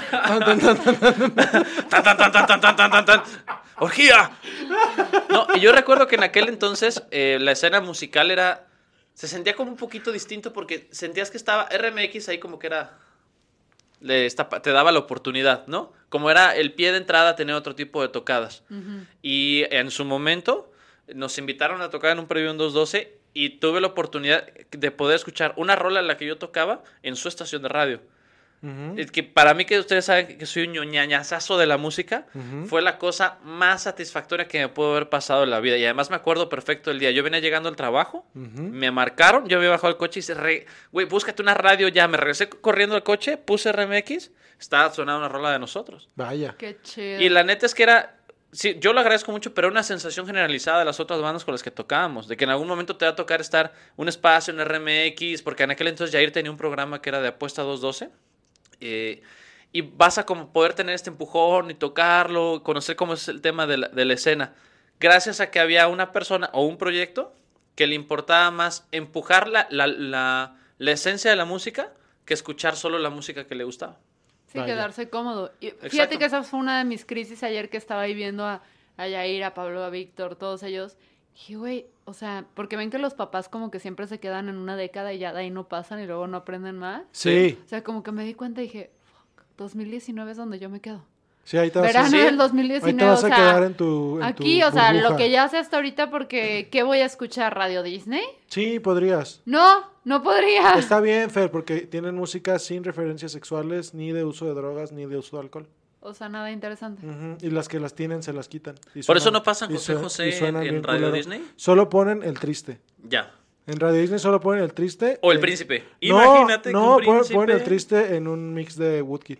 Speaker 4: ¡Tan! ¡Orgía! No, y yo recuerdo que en aquel entonces la escena musical se sentía como un poquito distinto porque sentías que estaba RMX ahí como que era... te daba la oportunidad, ¿no? Como era el pie de entrada, tenía otro tipo de tocadas. Y en su momento nos invitaron a tocar en un preview en 212 y tuve la oportunidad de poder escuchar una rola en la que yo tocaba en su estación de radio. Es que para mí, que ustedes saben que soy un ñoñañazazo de la música, fue la cosa más satisfactoria que me pudo haber pasado en la vida. Y además me acuerdo perfecto el día. Yo venía llegando al trabajo, me marcaron, yo había bajado el coche y dice, güey, búscate una radio ya. Me regresé corriendo al coche, puse RMX, estaba sonando una rola de nosotros.
Speaker 6: Vaya.
Speaker 5: Qué chido.
Speaker 4: Y la neta es que era... Sí, yo lo agradezco mucho, pero era una sensación generalizada de las otras bandas con las que tocábamos, de que en algún momento te va a tocar estar un espacio en RMX, porque en aquel entonces Jair tenía un programa que era de Apuesta 212, y vas a como poder tener este empujón y tocarlo, conocer cómo es el tema de la escena, gracias a que había una persona o un proyecto que le importaba más empujar la esencia de la música que escuchar solo la música que le gustaba.
Speaker 5: Sí,
Speaker 6: Vaya.
Speaker 5: quedarse cómodo. Y fíjate
Speaker 4: Exacto.
Speaker 5: que esa fue una de mis crisis ayer que estaba ahí viendo a Yair, a Pablo, a Víctor, todos ellos. Dije, güey, o sea, porque ven que los papás como que siempre se quedan en una década y ya de ahí no pasan y luego no aprenden más.
Speaker 6: Sí.
Speaker 5: O sea, como que me di cuenta y dije, fuck, 2019 es donde yo me quedo.
Speaker 6: Sí, ahí te vas
Speaker 5: Verano
Speaker 4: sí.
Speaker 5: del
Speaker 6: Ahí
Speaker 5: 2019,
Speaker 6: te vas
Speaker 5: o
Speaker 6: a
Speaker 5: sea,
Speaker 6: quedar en tu
Speaker 5: aquí, o sea,
Speaker 6: burbuja.
Speaker 5: lo que ya sé hasta ahorita, porque ¿qué voy a escuchar? ¿Radio Disney?
Speaker 6: Sí, podrías.
Speaker 5: No podría.
Speaker 6: Está bien, Fer, porque tienen música sin referencias sexuales, ni de uso de drogas, ni de uso de alcohol.
Speaker 5: O sea, nada interesante.
Speaker 6: Y las que las tienen se las quitan. Y
Speaker 4: Por eso
Speaker 6: suenan-
Speaker 4: no pasan
Speaker 6: y
Speaker 4: José
Speaker 6: suen-
Speaker 4: José
Speaker 6: y suenan
Speaker 4: en
Speaker 6: bien
Speaker 4: Radio
Speaker 6: culero.
Speaker 4: Disney.
Speaker 6: Solo ponen el triste.
Speaker 4: Ya.
Speaker 6: En Radio Disney solo ponen el triste.
Speaker 4: O el príncipe.
Speaker 6: No,
Speaker 4: Imagínate que
Speaker 6: no,
Speaker 4: un príncipe...
Speaker 6: ponen el triste en un mix de Woodkid.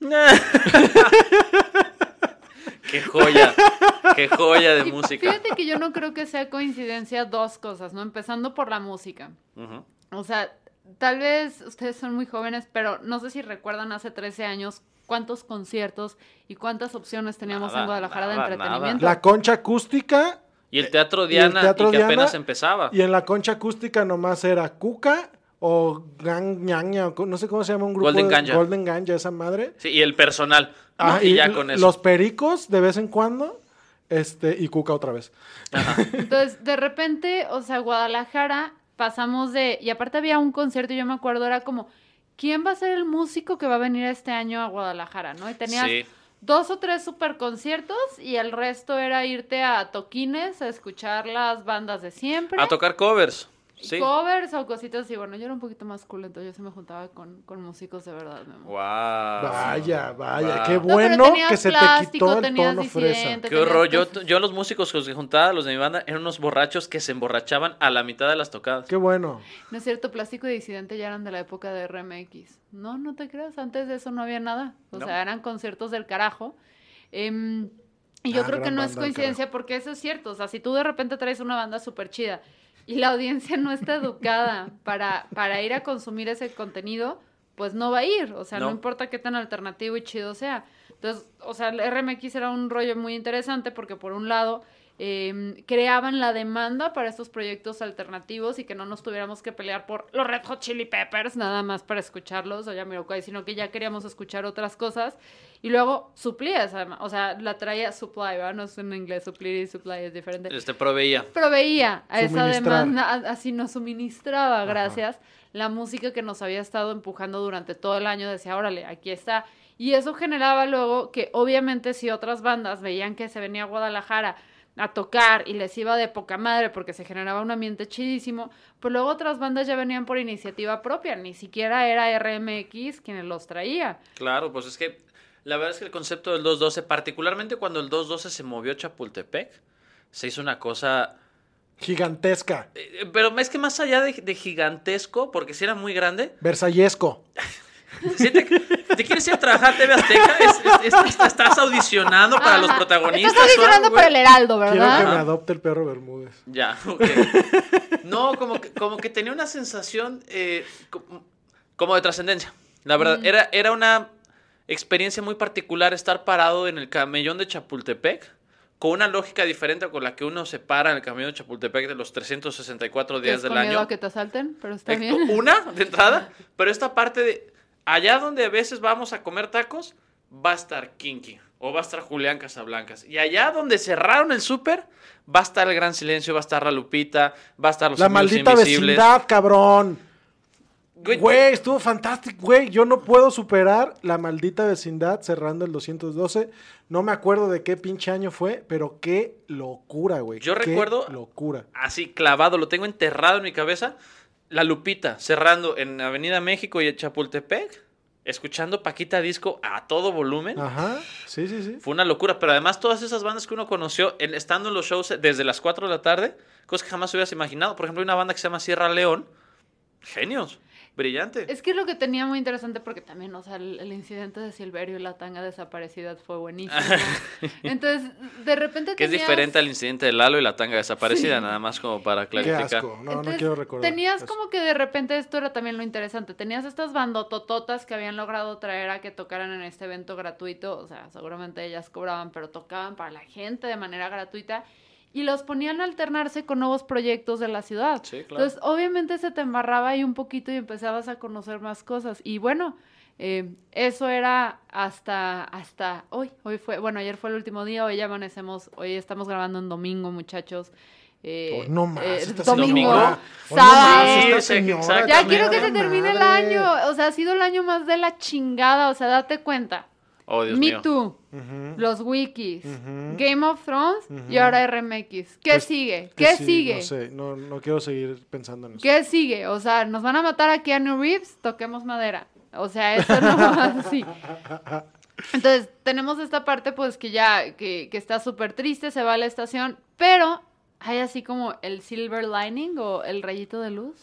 Speaker 4: Qué joya de
Speaker 5: Y
Speaker 4: música.
Speaker 5: fíjate que yo no creo que sea coincidencia dos cosas, ¿no? Empezando por la música.
Speaker 4: Ujú.
Speaker 5: O sea, tal vez ustedes son muy jóvenes, pero no sé si recuerdan hace 13 años cuántos conciertos y cuántas opciones teníamos
Speaker 4: Nada,
Speaker 5: en Guadalajara
Speaker 4: nada,
Speaker 5: de entretenimiento.
Speaker 6: La concha acústica.
Speaker 4: Y el Teatro
Speaker 6: y el
Speaker 4: Diana,
Speaker 6: Teatro
Speaker 4: y que
Speaker 6: Diana,
Speaker 4: apenas empezaba.
Speaker 6: Y en la concha acústica nomás era Cuca o Gang Ñaña, o no sé cómo se llama un grupo.
Speaker 4: Golden
Speaker 6: de
Speaker 4: Ganja.
Speaker 6: Golden Ganja, esa madre.
Speaker 4: Sí, y el personal. ¿no?
Speaker 6: Ah,
Speaker 4: y ya con eso.
Speaker 6: Los Pericos de vez en cuando. Y Cuca otra vez.
Speaker 5: Entonces, de repente, o sea, Guadalajara pasamos de... Y aparte había un concierto, y yo me acuerdo, era como, ¿quién va a ser el músico que va a venir este año a Guadalajara, no? Y tenías
Speaker 4: Sí.
Speaker 5: 2 o 3 super conciertos y el resto era irte a toquines a escuchar las bandas de siempre.
Speaker 4: A tocar covers. Sí.
Speaker 5: Covers o cositas así. Bueno, yo era un poquito más cool, entonces yo se me juntaba con músicos de verdad, mi amor.
Speaker 4: Wow.
Speaker 6: Vaya,
Speaker 4: Wow.
Speaker 6: qué
Speaker 5: No, pero
Speaker 6: bueno
Speaker 5: tenías
Speaker 6: que se te
Speaker 5: plástico,
Speaker 6: quitó el
Speaker 5: tenías
Speaker 6: tono fresa.
Speaker 5: disidente,
Speaker 4: Qué horror.
Speaker 5: tenías cosas.
Speaker 4: Yo los músicos que juntaba, los de mi banda, eran unos borrachos que se emborrachaban a la mitad de las tocadas.
Speaker 6: Qué bueno.
Speaker 5: No es cierto, Plástico y Disidente ya eran de la época de RMX. No te creas, antes de eso no había nada. O
Speaker 4: No.
Speaker 5: sea, eran conciertos del carajo. Y yo creo que
Speaker 6: gran
Speaker 5: no es
Speaker 6: banda del
Speaker 5: coincidencia porque eso es cierto. O sea, si tú de repente traes una banda súper chida y la audiencia no está educada para ir a consumir ese contenido, pues no va a ir. O sea, no
Speaker 4: No.
Speaker 5: importa qué tan alternativo y chido sea. Entonces, o sea, el RMX era un rollo muy interesante porque por un lado creaban la demanda para estos proyectos alternativos y que no nos tuviéramos que pelear por los Red Hot Chili Peppers nada más para escucharlos o Jamiroquai, sino que ya queríamos escuchar otras cosas y luego suplía esa, o sea, la traía supply, ¿verdad? No es en inglés, suplir y supply es diferente.
Speaker 4: Proveía.
Speaker 5: Proveía a esa
Speaker 6: Suministrar.
Speaker 5: demanda, así nos suministraba, gracias, la música que nos había estado empujando durante todo el año, decía, órale, aquí está. Y eso generaba luego que obviamente si otras bandas veían que se venía a Guadalajara a tocar y les iba de poca madre porque se generaba un ambiente chidísimo, pues luego otras bandas ya venían por iniciativa propia, ni siquiera era RMX quien los traía.
Speaker 4: Claro, pues es que la verdad es que el concepto del 212, particularmente cuando el 212 se movió a Chapultepec, se hizo una cosa...
Speaker 6: Gigantesca.
Speaker 4: Pero es que más allá de gigantesco, porque si era muy grande,
Speaker 6: Versallesco.
Speaker 4: si te quieres ir a trabajar a TV Azteca, estás audicionando para los protagonistas.
Speaker 5: Estás audicionando
Speaker 4: güey.
Speaker 5: para el Heraldo,
Speaker 6: Quiero que
Speaker 5: ¿verdad?
Speaker 6: me adopte el perro Bermúdez.
Speaker 4: Ya, ok. No, como que tenía una sensación como de trascendencia. La verdad, era una experiencia muy particular estar parado en el camellón de Chapultepec, con una lógica diferente con la que uno se para en el camellón de Chapultepec de los 364 días
Speaker 5: ¿Tienes
Speaker 4: del
Speaker 5: con miedo
Speaker 4: año.
Speaker 5: a que te asalten? Pero está bien.
Speaker 4: Una, de entrada, pero esta parte de allá donde a veces vamos a comer tacos, va a estar Kinky o va a estar Julián Casablancas. Y allá donde cerraron el súper, va a estar el Gran Silencio, va a estar la Lupita, va a estar los
Speaker 6: La
Speaker 4: Amigos
Speaker 6: maldita
Speaker 4: Invisibles.
Speaker 6: vecindad, cabrón.
Speaker 4: Güey,
Speaker 6: Güey, estuvo fantástico, güey. Yo no puedo superar la maldita vecindad cerrando el 212. No me acuerdo de qué pinche año fue, pero qué locura, güey.
Speaker 4: Yo
Speaker 6: Qué
Speaker 4: recuerdo-
Speaker 6: locura.
Speaker 4: así clavado, lo tengo enterrado en mi cabeza. La Lupita cerrando en Avenida México y en Chapultepec, escuchando Paquita Disco a todo volumen.
Speaker 6: Ajá, sí, sí, sí.
Speaker 4: Fue una locura, pero además todas esas bandas que uno conoció estando en los shows desde las 4 de la tarde, cosas que jamás hubieras imaginado. Por ejemplo, hay una banda que se llama Sierra León. Genios. Brillante.
Speaker 5: Es que es lo que tenía muy interesante porque también, o sea, el incidente de Silverio y la tanga desaparecida fue buenísimo. Entonces, de repente
Speaker 4: Que es
Speaker 5: tenías-
Speaker 4: diferente al incidente de Lalo y la tanga desaparecida, nada más como para
Speaker 6: Qué
Speaker 4: clarificar.
Speaker 6: asco. No,
Speaker 5: Entonces,
Speaker 6: no quiero recordar.
Speaker 5: tenías
Speaker 6: eso.
Speaker 5: como que de repente esto era también lo interesante. Tenías estas bandotototas que habían logrado traer a que tocaran en este evento gratuito. O sea, seguramente ellas cobraban, pero tocaban para la gente de manera gratuita. Y los ponían a alternarse con nuevos proyectos de la ciudad.
Speaker 4: Sí, claro.
Speaker 5: Entonces, obviamente se te embarraba ahí un poquito y empezabas a conocer más cosas. Y bueno, eso era hasta hoy. Ayer fue el último día, hoy ya amanecemos, hoy estamos grabando en domingo, muchachos.
Speaker 6: Oh, no más, esta
Speaker 5: domingo,
Speaker 6: señora. Oh, no
Speaker 5: sábado.
Speaker 6: más, esta
Speaker 4: Sí,
Speaker 6: señora.
Speaker 4: exacto.
Speaker 5: Ya
Speaker 4: También,
Speaker 5: quiero que se
Speaker 6: Madre.
Speaker 5: termine el año. O sea, ha sido el año más de la chingada. O sea, date cuenta.
Speaker 4: Oh, Dios
Speaker 5: Me
Speaker 4: mío.
Speaker 5: Too, los wikis, Game of Thrones y ahora RMX. ¿Qué
Speaker 6: Pues-
Speaker 5: sigue?
Speaker 6: Pues
Speaker 5: ¿Qué
Speaker 6: sí,
Speaker 5: sigue?
Speaker 6: No sé, no quiero seguir pensando en eso.
Speaker 5: ¿Qué sigue? O sea, nos van a matar a Keanu Reeves, toquemos madera. O sea, eso no va así. Entonces, tenemos esta parte, pues, que ya, que está súper triste, se va a la estación, pero hay así como el silver lining o el rayito de luz.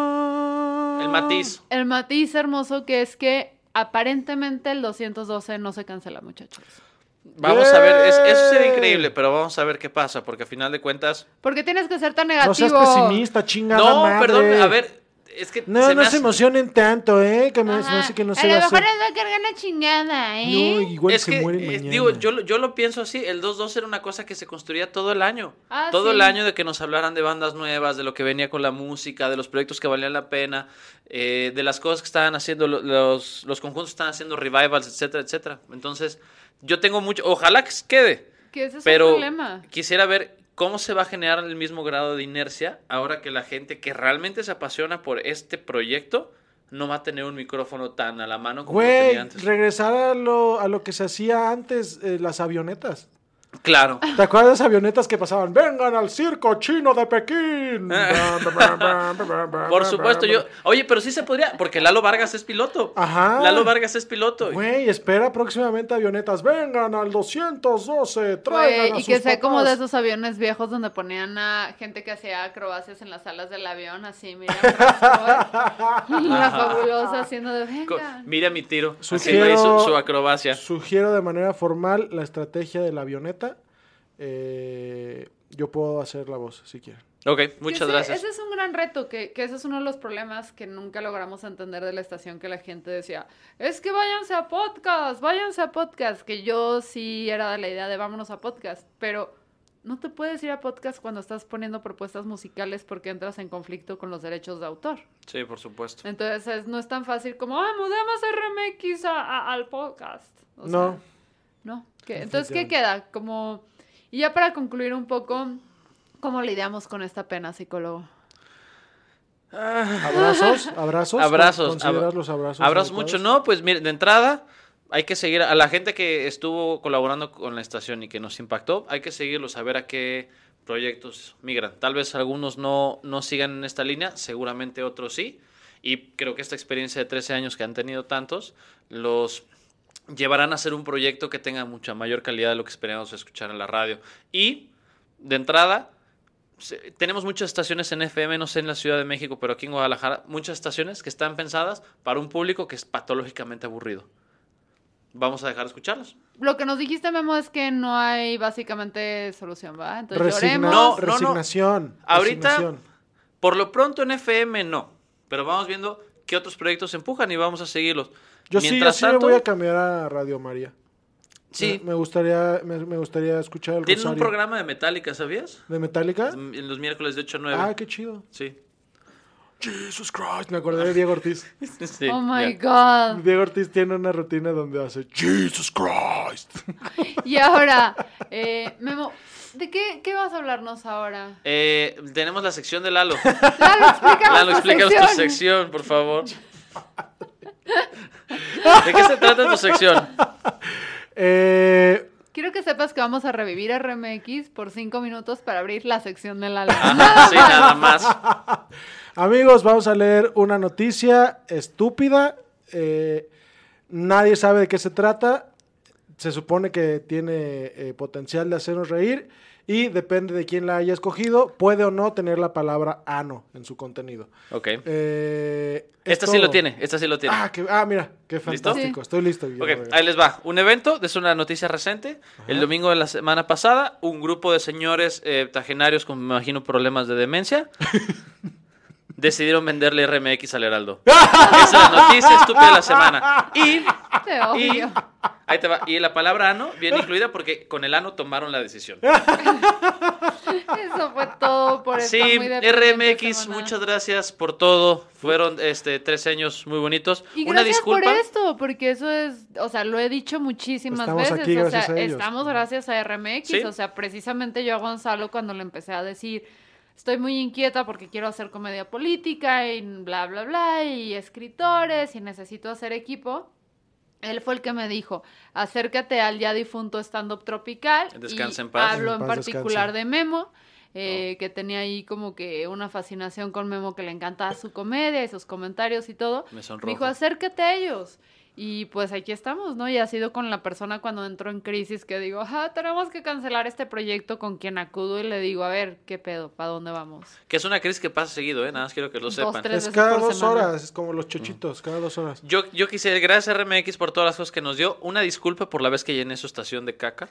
Speaker 4: El matiz.
Speaker 5: El matiz hermoso que es que aparentemente el 212 no se cancela, muchachos.
Speaker 4: Vamos a ver, eso sería increíble, pero vamos a ver qué pasa, porque a final de cuentas...
Speaker 5: ¿Por qué tienes que ser tan
Speaker 6: No
Speaker 5: negativo?
Speaker 6: seas pesimista, chingada
Speaker 4: No,
Speaker 6: madre.
Speaker 4: perdón, a ver, es que
Speaker 6: No,
Speaker 4: se
Speaker 6: no
Speaker 4: me
Speaker 6: se
Speaker 4: hace-
Speaker 6: emocionen tanto, que me
Speaker 5: Ajá.
Speaker 6: hace que no
Speaker 5: a
Speaker 6: se
Speaker 5: lo
Speaker 6: va a
Speaker 5: mejor
Speaker 6: hacer.
Speaker 5: les va a cargar la chingada, ¿eh?
Speaker 6: No, igual
Speaker 4: Es
Speaker 6: se
Speaker 4: que,
Speaker 6: mueren mañana.
Speaker 4: digo, yo lo pienso así, el 2-2 era una cosa que se construía todo el año.
Speaker 5: Ah,
Speaker 4: todo
Speaker 5: sí.
Speaker 4: el año de que nos hablaran de bandas nuevas, de lo que venía con la música, de los proyectos que valían la pena, de las cosas que estaban haciendo, los conjuntos que estaban haciendo revivals, etcétera, etcétera. Entonces, yo tengo mucho, ojalá que se quede,
Speaker 5: Que ese es
Speaker 4: pero
Speaker 5: el problema.
Speaker 4: quisiera ver cómo se va a generar el mismo grado de inercia ahora que la gente que realmente se apasiona por este proyecto no va a tener un micrófono tan a la mano como lo
Speaker 6: Güey,
Speaker 4: tenía antes.
Speaker 6: regresar a lo que se hacía antes, las avionetas.
Speaker 4: Claro.
Speaker 6: ¿Te acuerdas de esas avionetas que pasaban? ¡Vengan al circo chino de Pekín!
Speaker 4: Por supuesto, Oye, pero sí se podría, porque Lalo Vargas es piloto.
Speaker 6: Ajá.
Speaker 4: Lalo Vargas es piloto.
Speaker 6: Güey, espera próximamente avionetas. ¡Vengan al 212! ¡Traigan
Speaker 5: Güey,
Speaker 6: a
Speaker 5: y
Speaker 6: sus
Speaker 5: que sea como de
Speaker 6: papás!
Speaker 5: esos aviones viejos donde ponían a gente que hacía acrobacias en las alas del avión, así, mira, la fabulosa haciendo de venga.
Speaker 4: Mira mi tiro.
Speaker 6: Sugiero-
Speaker 4: Haciendo ahí su acrobacia.
Speaker 6: Sugiero de manera formal la estrategia de la avioneta. yo puedo hacer la voz, si quieren.
Speaker 4: Ok, muchas gracias.
Speaker 5: Ese es un gran reto, que ese es uno de los problemas que nunca logramos entender de la estación, que la gente decía, es que váyanse a podcast, que yo sí era de la idea de vámonos a podcast, pero no te puedes ir a podcast cuando estás poniendo propuestas musicales porque entras en conflicto con los derechos de autor.
Speaker 4: Sí, por supuesto.
Speaker 5: Entonces no es tan fácil como, mudemos RMX al podcast. O sea,
Speaker 6: No.
Speaker 5: no. Entonces, ¿qué queda? Y ya para concluir un poco, ¿cómo lidiamos con esta pena, psicólogo?
Speaker 6: ¿Abrazos? ¿Consideras los abrazos?
Speaker 4: Abrazos mucho, no, pues mire, de entrada hay que seguir a la gente que estuvo colaborando con la estación y que nos impactó, hay que seguirlos, a ver a qué proyectos migran. Tal vez algunos no sigan en esta línea, seguramente otros sí, y creo que esta experiencia de 13 años que han tenido tantos, los llevarán a hacer un proyecto que tenga mucha mayor calidad de lo que esperamos escuchar en la radio. Y, de entrada, tenemos muchas estaciones en FM, no sé en la Ciudad de México, pero aquí en Guadalajara, muchas estaciones que están pensadas para un público que es patológicamente aburrido. Vamos a dejar de escucharlas.
Speaker 5: Lo que nos dijiste, Memo, es que no hay básicamente solución, ¿va? Entonces lloremos.
Speaker 6: Resignación.
Speaker 4: Ahorita,
Speaker 6: resignación.
Speaker 4: por lo pronto en FM no, pero vamos viendo qué otros proyectos se empujan y vamos a seguirlos.
Speaker 6: Yo
Speaker 4: Mientras
Speaker 6: sí
Speaker 4: tanto,
Speaker 6: me voy a cambiar a Radio María.
Speaker 4: Sí.
Speaker 6: Me gustaría escuchar el
Speaker 4: Tienen un
Speaker 6: Rosario.
Speaker 4: programa de Metallica, ¿sabías?
Speaker 6: ¿De Metallica?
Speaker 4: En los miércoles de 8 a 9.
Speaker 6: Ah, qué chido.
Speaker 4: Sí.
Speaker 6: Jesus Christ, me acordé de Diego Ortiz.
Speaker 4: Sí,
Speaker 5: Oh my
Speaker 4: ya.
Speaker 5: God.
Speaker 6: Diego Ortiz tiene una rutina donde hace Jesus Christ.
Speaker 5: Y ahora, Memo, ¿de qué vas a hablarnos ahora?
Speaker 4: Tenemos la sección de Lalo.
Speaker 5: Lalo,
Speaker 4: explícanos tu sección, por favor. ¿De qué se trata tu sección?
Speaker 5: Quiero que sepas que vamos a revivir RMX por 5 minutos para abrir la sección de Lalo.
Speaker 4: Ajá, sí, nada más.
Speaker 6: Amigos, vamos a leer una noticia estúpida. Nadie sabe de qué se trata. Se supone que tiene potencial de hacernos reír. Y depende de quién la haya escogido, puede o no tener la palabra ano en su contenido.
Speaker 4: Ok.
Speaker 6: Esta
Speaker 4: sí lo tiene.
Speaker 6: Mira, qué fantástico.
Speaker 5: Sí.
Speaker 6: Estoy listo. Guillermo.
Speaker 4: Ok, ahí les va. Un evento, es una noticia reciente. El domingo de la semana pasada, un grupo de señores tajenarios con, me imagino, problemas de demencia decidieron venderle RMX al Heraldo. Esa es la noticia estúpida de la semana.
Speaker 5: Te odio.
Speaker 4: Ahí te va. Y la palabra ano viene incluida porque con el ano tomaron la decisión.
Speaker 5: Eso fue todo por esta
Speaker 4: Sí,
Speaker 5: muy deprimente
Speaker 4: RMX,
Speaker 5: semana.
Speaker 4: muchas gracias por todo. Fueron 13 años muy bonitos.
Speaker 5: Y
Speaker 4: Una
Speaker 5: gracias
Speaker 4: disculpa.
Speaker 5: por esto, porque eso es, o sea, lo he dicho muchísimas
Speaker 6: Estamos
Speaker 5: veces,
Speaker 6: aquí
Speaker 5: o
Speaker 6: gracias
Speaker 5: sea,
Speaker 6: a ellos.
Speaker 5: estamos gracias a RMX,
Speaker 4: Sí.
Speaker 5: o sea, precisamente yo a Gonzalo cuando le empecé a decir, estoy muy inquieta porque quiero hacer comedia política y bla, bla, bla, y escritores, y necesito hacer equipo. Él fue el que me dijo, acércate al ya difunto stand-up tropical.
Speaker 4: Descansa
Speaker 5: y
Speaker 4: en paz.
Speaker 5: hablo
Speaker 6: En
Speaker 5: en
Speaker 6: paz
Speaker 5: particular
Speaker 6: descanse.
Speaker 5: de Memo, que tenía ahí como que una fascinación con Memo, que le encantaba su comedia y sus comentarios y todo.
Speaker 4: Me sonrojo.
Speaker 5: Me dijo, acércate a ellos. Y pues aquí estamos, ¿no? Y ha sido con la persona cuando entró en crisis que digo, tenemos que cancelar este proyecto, con quien acudo y le digo, a ver, ¿qué pedo? ¿Para dónde vamos?
Speaker 4: Que es una crisis que pasa seguido, Nada más quiero que lo
Speaker 5: 2,
Speaker 4: sepan.
Speaker 5: 3
Speaker 6: Es
Speaker 5: veces
Speaker 6: cada
Speaker 5: por
Speaker 6: 2
Speaker 5: semana.
Speaker 6: horas, es como los chochitos, cada 2 horas.
Speaker 4: Yo quisiera, gracias a RMX por todas las cosas que nos dio. Una disculpa por la vez que llené su estación de caca.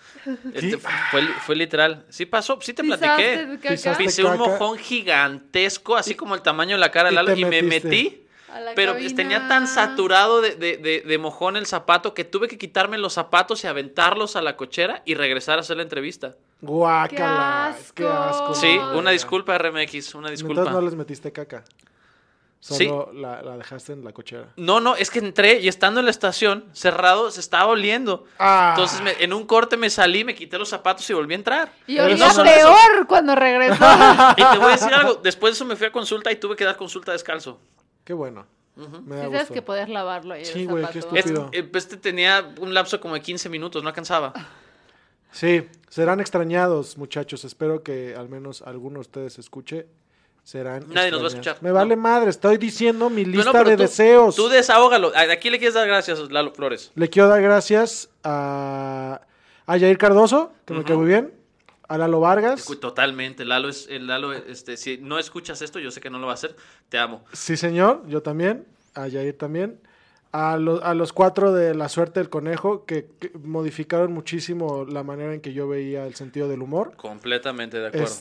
Speaker 4: Fue literal. Sí pasó, sí te
Speaker 5: ¿Pisaste
Speaker 4: platiqué.
Speaker 5: de caca?
Speaker 6: Pisaste.
Speaker 4: Pisé un
Speaker 6: caca.
Speaker 4: mojón gigantesco, así como el tamaño de la cara de
Speaker 6: Y
Speaker 4: Lalo,
Speaker 6: te
Speaker 4: y me
Speaker 6: metiste.
Speaker 4: metí.
Speaker 5: A la
Speaker 4: Pero
Speaker 5: cabina.
Speaker 4: tenía tan saturado de mojón el zapato que tuve que quitarme los zapatos y aventarlos a la cochera y regresar a hacer la entrevista.
Speaker 6: Guácala.
Speaker 5: ¡Qué asco!
Speaker 4: Sí,
Speaker 5: Oh,
Speaker 4: una disculpa, RMX, una disculpa.
Speaker 6: Entonces no les metiste caca. Solo la dejaste en la cochera.
Speaker 4: No, es que entré y estando en la estación, cerrado, se estaba oliendo. Entonces en un corte me salí, me quité los zapatos y volví a entrar.
Speaker 5: Y
Speaker 6: Pero
Speaker 5: olía
Speaker 6: no solo
Speaker 5: peor cuando regresó.
Speaker 4: Y te voy a decir algo, después de eso me fui a consulta y tuve que dar consulta descalzo.
Speaker 6: Qué bueno. Me
Speaker 5: Sí
Speaker 6: da
Speaker 5: sabes
Speaker 6: gusto.
Speaker 5: que podías lavarlo ahí.
Speaker 6: Sí,
Speaker 5: el
Speaker 6: güey, qué
Speaker 5: zapato.
Speaker 6: estúpido.
Speaker 4: Este tenía un lapso como de 15 minutos, no alcanzaba.
Speaker 6: Sí, serán extrañados, muchachos. Espero que al menos alguno de ustedes escuche. Serán
Speaker 4: Nadie nos va a
Speaker 6: extrañados.
Speaker 4: escuchar.
Speaker 6: Me vale
Speaker 4: No.
Speaker 6: madre, estoy diciendo mi lista
Speaker 4: pero
Speaker 6: de deseos.
Speaker 4: Tú desahógalo. ¿A quién le quieres dar gracias, Lalo Flores?
Speaker 6: Le quiero dar gracias a Yair Cardoso, que me quedó muy bien. A Lalo Vargas.
Speaker 4: Totalmente, Lalo, si no escuchas esto, yo sé que no lo va a hacer, te amo.
Speaker 6: Sí, señor, yo también. A Yair también. a los 4 de La Suerte del Conejo, que modificaron muchísimo la manera en que yo veía el sentido del humor.
Speaker 4: Completamente de acuerdo.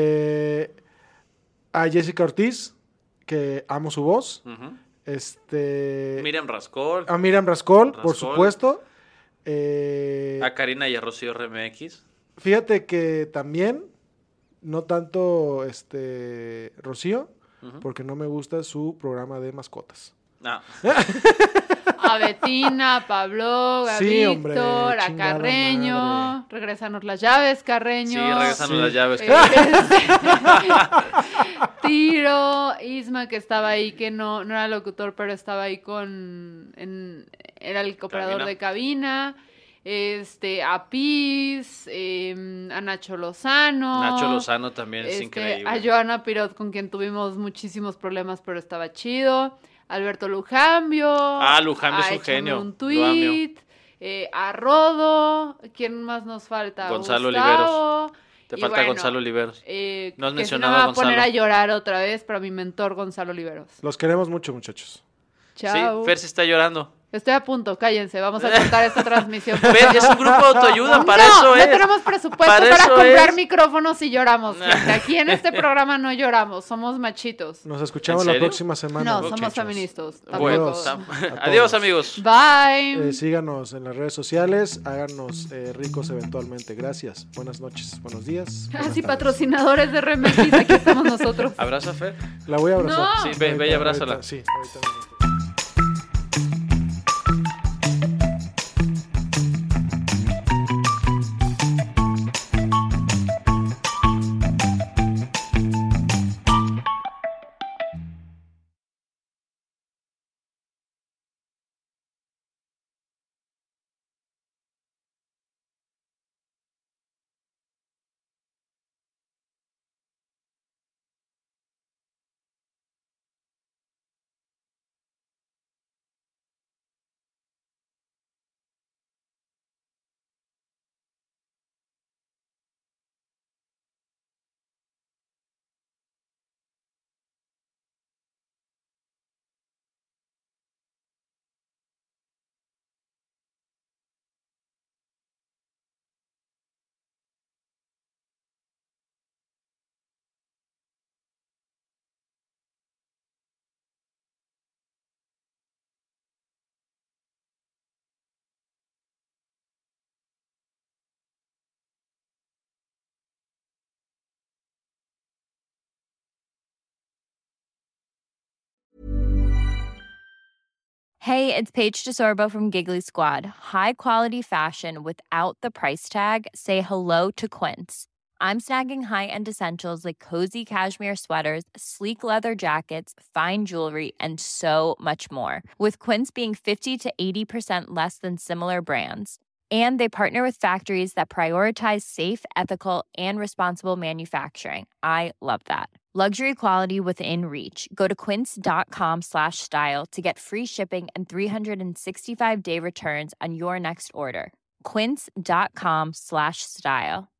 Speaker 6: A Jessica Ortiz, que amo su voz.
Speaker 4: Ujú.
Speaker 6: Miriam
Speaker 4: Rascol.
Speaker 6: A Miriam Rascol, por supuesto.
Speaker 4: A Karina y a Rocío RMX.
Speaker 6: Fíjate que también, no tanto Rocío, porque no me gusta su programa de mascotas.
Speaker 4: Ah.
Speaker 5: A Betina, a Pablo, a
Speaker 6: Sí,
Speaker 5: Víctor,
Speaker 6: hombre,
Speaker 5: a
Speaker 6: chingada
Speaker 5: Carreño.
Speaker 6: madre.
Speaker 5: Regrésanos las llaves, Carreño.
Speaker 4: Sí, regresanos las llaves.
Speaker 5: Tiro, Isma, que estaba ahí, que no era locutor, pero estaba ahí era el operador de cabina. A Piz, a Nacho Lozano.
Speaker 4: Nacho Lozano también es increíble.
Speaker 5: A Joana Pirot, con quien tuvimos muchísimos problemas, pero estaba chido. Alberto Lujambio.
Speaker 4: Lujambio es un genio.
Speaker 5: Un tweet. A Rodo. ¿Quién más nos falta?
Speaker 4: Gonzalo
Speaker 5: Gustavo.
Speaker 4: Oliveros. Te falta Gonzalo Oliveros.
Speaker 5: No
Speaker 4: has mencionado
Speaker 5: que si no me
Speaker 4: a
Speaker 5: va a
Speaker 4: Gonzalo.
Speaker 5: poner a llorar otra vez, pero a mi mentor Gonzalo Oliveros.
Speaker 6: Los queremos mucho, muchachos.
Speaker 5: Chao.
Speaker 4: Sí, Fer sí está llorando.
Speaker 5: Estoy a punto, cállense, vamos a cortar esta transmisión.
Speaker 4: Fer, es un grupo de autoayuda, para eso es.
Speaker 5: No tenemos presupuesto para comprar micrófonos y lloramos, gente. Aquí en este programa no lloramos, somos machitos.
Speaker 6: Nos escuchamos la próxima semana.
Speaker 5: No,
Speaker 6: muchachos.
Speaker 5: somos feministas.
Speaker 4: Bueno, adiós, amigos.
Speaker 5: Bye.
Speaker 6: Síganos en las redes sociales, háganos ricos eventualmente. Gracias. Buenas noches, buenos días.
Speaker 5: Sí, patrocinadores de RMX, aquí estamos nosotros.
Speaker 4: ¿Abraza a Fer?
Speaker 6: La voy a abrazar.
Speaker 5: No.
Speaker 4: Sí, ve y abrázala.
Speaker 6: Sí, ahorita.
Speaker 7: Hey, it's Paige DeSorbo from Giggly Squad. High quality fashion without the price tag. Say hello to Quince. I'm snagging high-end essentials like cozy cashmere sweaters, sleek leather jackets, fine jewelry, and so much more. With Quince being 50 to 80% less than similar brands. And they partner with factories that prioritize safe, ethical, and responsible manufacturing. I love that. Luxury quality within reach. Go to quince.com/style to get free shipping and 365-day returns on your next order. Quince.com/style.